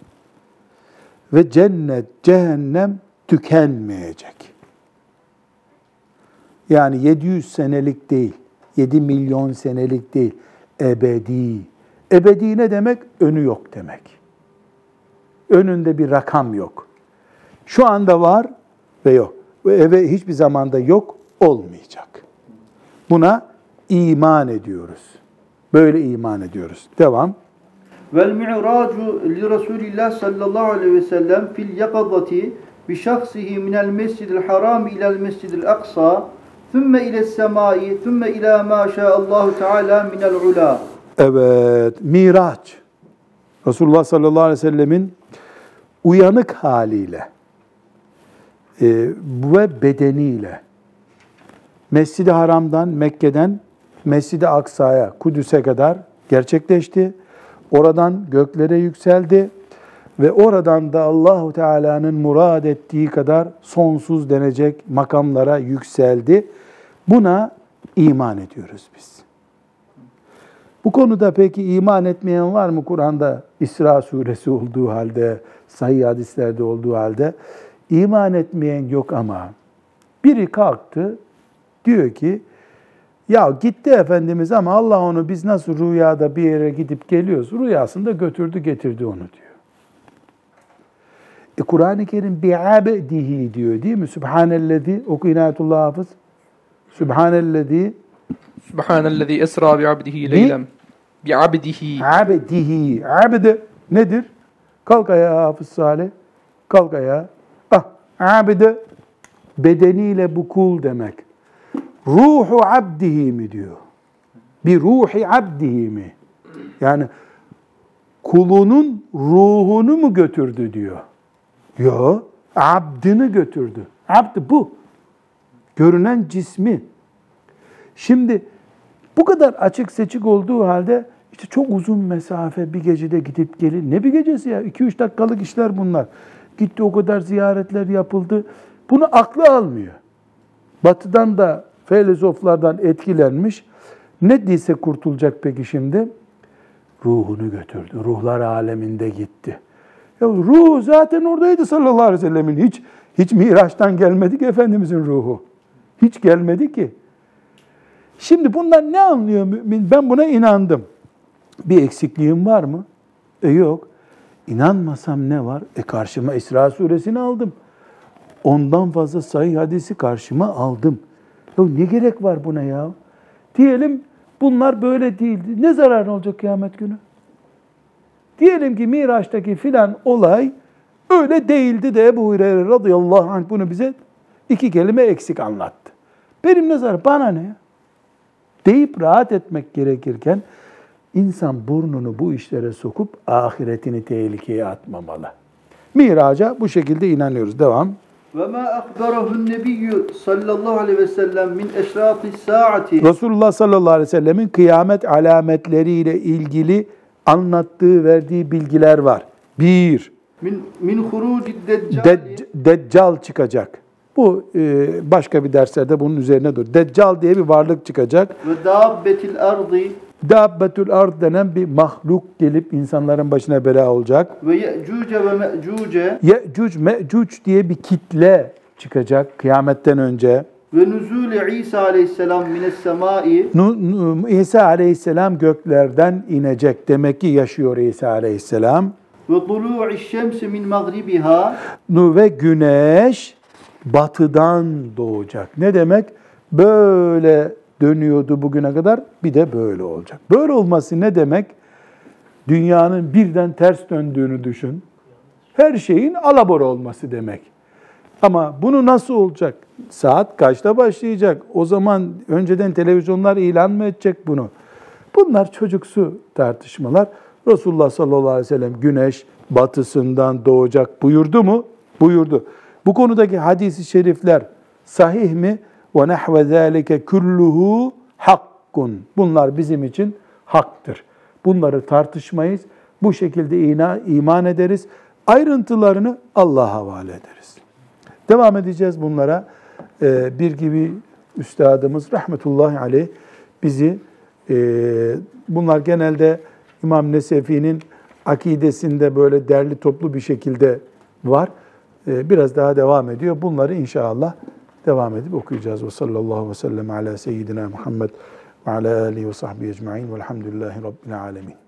Speaker 1: Ve cennet, cehennem tükenmeyecek. Yani yedi yüz senelik değil, yedi milyon senelik değil, ebedi. Ebedi ne demek? Önü yok demek. Önünde bir rakam yok. Şu anda var ve yok. Ve eve hiçbir zamanda yok, olmayacak. Buna iman ediyoruz. Böyle iman ediyoruz. Devam.
Speaker 2: Vel mi'racu li Resulillah sallallahu aleyhi ve sellem fil yakadati بشخصه من المسجد الحرام إلى المسجد الأقصى ثم إلى السماء ثم إلى ما شاء الله تعالى من العلا.
Speaker 1: Evet, Miraç. Resulullah sallallahu aleyhi ve sellemin uyanık haliyle e, ve bedeniyle Mescid-i Haram'dan, Mekke'den Mescid-i Aksa'ya, Kudüs'e kadar gerçekleşti. Oradan göklere yükseldi ve oradan da Allahu Teala'nın murad ettiği kadar sonsuz denecek makamlara yükseldi. Buna iman ediyoruz biz. Bu konuda peki iman etmeyen var mı? Kur'an'da İsra suresi olduğu halde, sahih hadislerde olduğu halde iman etmeyen yok ama biri kalktı diyor ki ya gitti Efendimiz ama Allah onu biz nasıl rüyada bir yere gidip geliyoruz, rüyasında götürdü getirdi onu diyor. E Kur'an-ı Kerim bi'abdihi diyor değil mi? Sübhanellezi, oku inayetullah hafız. Sübhanellezi
Speaker 4: Subhanellezi esra bi'abdihi leylen. Bi'abdihi.
Speaker 1: Abdihi. Abd nedir? Kalk ayağa Hafız Salih. Kalk ayağa. Ah, abd bedeniyle bu kul demek. Ruhu abdihi mi diyor? Bir ruhi abdihi mi? Yani kulunun ruhunu mu götürdü diyor. Yok, abdını götürdü. Abd bu. Görünen cismi. Şimdi bu kadar açık seçik olduğu halde işte çok uzun mesafe bir gecede gidip gelin. Ne bir gecesi ya? iki üç dakikalık işler bunlar. Gitti o kadar ziyaretler yapıldı. Bunu aklı almıyor. Batı'dan da filozoflardan etkilenmiş. Ne değilse kurtulacak peki şimdi? Ruhunu götürdü. Ruhlar aleminde gitti. Ya ruh zaten oradaydı sallallahu aleyhi ve sellemin. Hiç, hiç Miraç'tan gelmedi ki Efendimizin ruhu. Hiç gelmedi ki. Şimdi bundan ne anlıyor mümin? Ben buna inandım. Bir eksikliğim var mı? E yok. İnanmasam ne var? E karşıma İsra suresini aldım. Ondan fazla sahih hadisi karşıma aldım. Ya ne gerek var buna ya? Diyelim bunlar böyle değildi. Ne zarar olacak kıyamet günü? Diyelim ki Miraç'taki filan olay öyle değildi de Ebu Hureyre radıyallahu anh bunu bize iki kelime eksik anlattı. Benim ne zarar? Bana ne ya? Deyip rahat etmek gerekirken insan burnunu bu işlere sokup ahiretini tehlikeye atmamalı. Miraca bu şekilde inanıyoruz. Devam.
Speaker 2: Ve ma akbarahu'n nebiyyü sallallahu aleyhi ve sellem min eşratis saati.
Speaker 1: Resulullah sallallahu aleyhi ve sellemin kıyamet alametleriyle ilgili anlattığı, verdiği bilgiler var. Bir,
Speaker 2: min min hurucid deccal.
Speaker 1: Dec- Deccal çıkacak. Bu e, başka bir derslerde bunun üzerine dur. Deccal diye bir varlık çıkacak.
Speaker 2: Ve dabbetil ardı.
Speaker 1: Dabbetül ard denen bir mahluk gelip insanların başına bela olacak.
Speaker 2: Ve ye'cuce ve me'cuce.
Speaker 1: Ye'cuc, me'cuc diye bir kitle çıkacak kıyametten önce.
Speaker 2: Ve nuzul İsa aleyhisselam mines semai.
Speaker 1: Nu- nu- İsa aleyhisselam göklerden inecek. Demek ki yaşıyor İsa aleyhisselam.
Speaker 2: Ve tulu'i şemsi min mağribiha.
Speaker 1: Nu ve güneş batıdan doğacak. Ne demek? Böyle dönüyordu bugüne kadar, bir de böyle olacak. Böyle olması ne demek? Dünyanın birden ters döndüğünü düşün. Her şeyin alabora olması demek. Ama bunu nasıl olacak? Saat kaçta başlayacak? O zaman önceden televizyonlar ilan mı edecek bunu? Bunlar çocuksu tartışmalar. Resulullah sallallahu aleyhi ve sellem güneş batısından doğacak buyurdu mu? Buyurdu. Bu konudaki hadis-i şerifler sahih mi? وَنَحْوَ ذَٰلِكَ كُلُّهُ hakkun. Bunlar bizim için haktır. Bunları tartışmayız. Bu şekilde iman ederiz. Ayrıntılarını Allah'a havale ederiz. Devam edeceğiz bunlara. Ee, bir gibi üstadımız rahmetullahi aleyh bizi e, bunlar genelde İmam Nesefi'nin akidesinde böyle derli toplu bir şekilde var. Ee, biraz daha devam ediyor. Bunları inşallah devam edip okuyacağız. Ve sallallahu aleyhi ve sellem ala seyyidina Muhammed ve ala alihi ve sahbihi ecma'in velhamdülillahi rabbil alemin.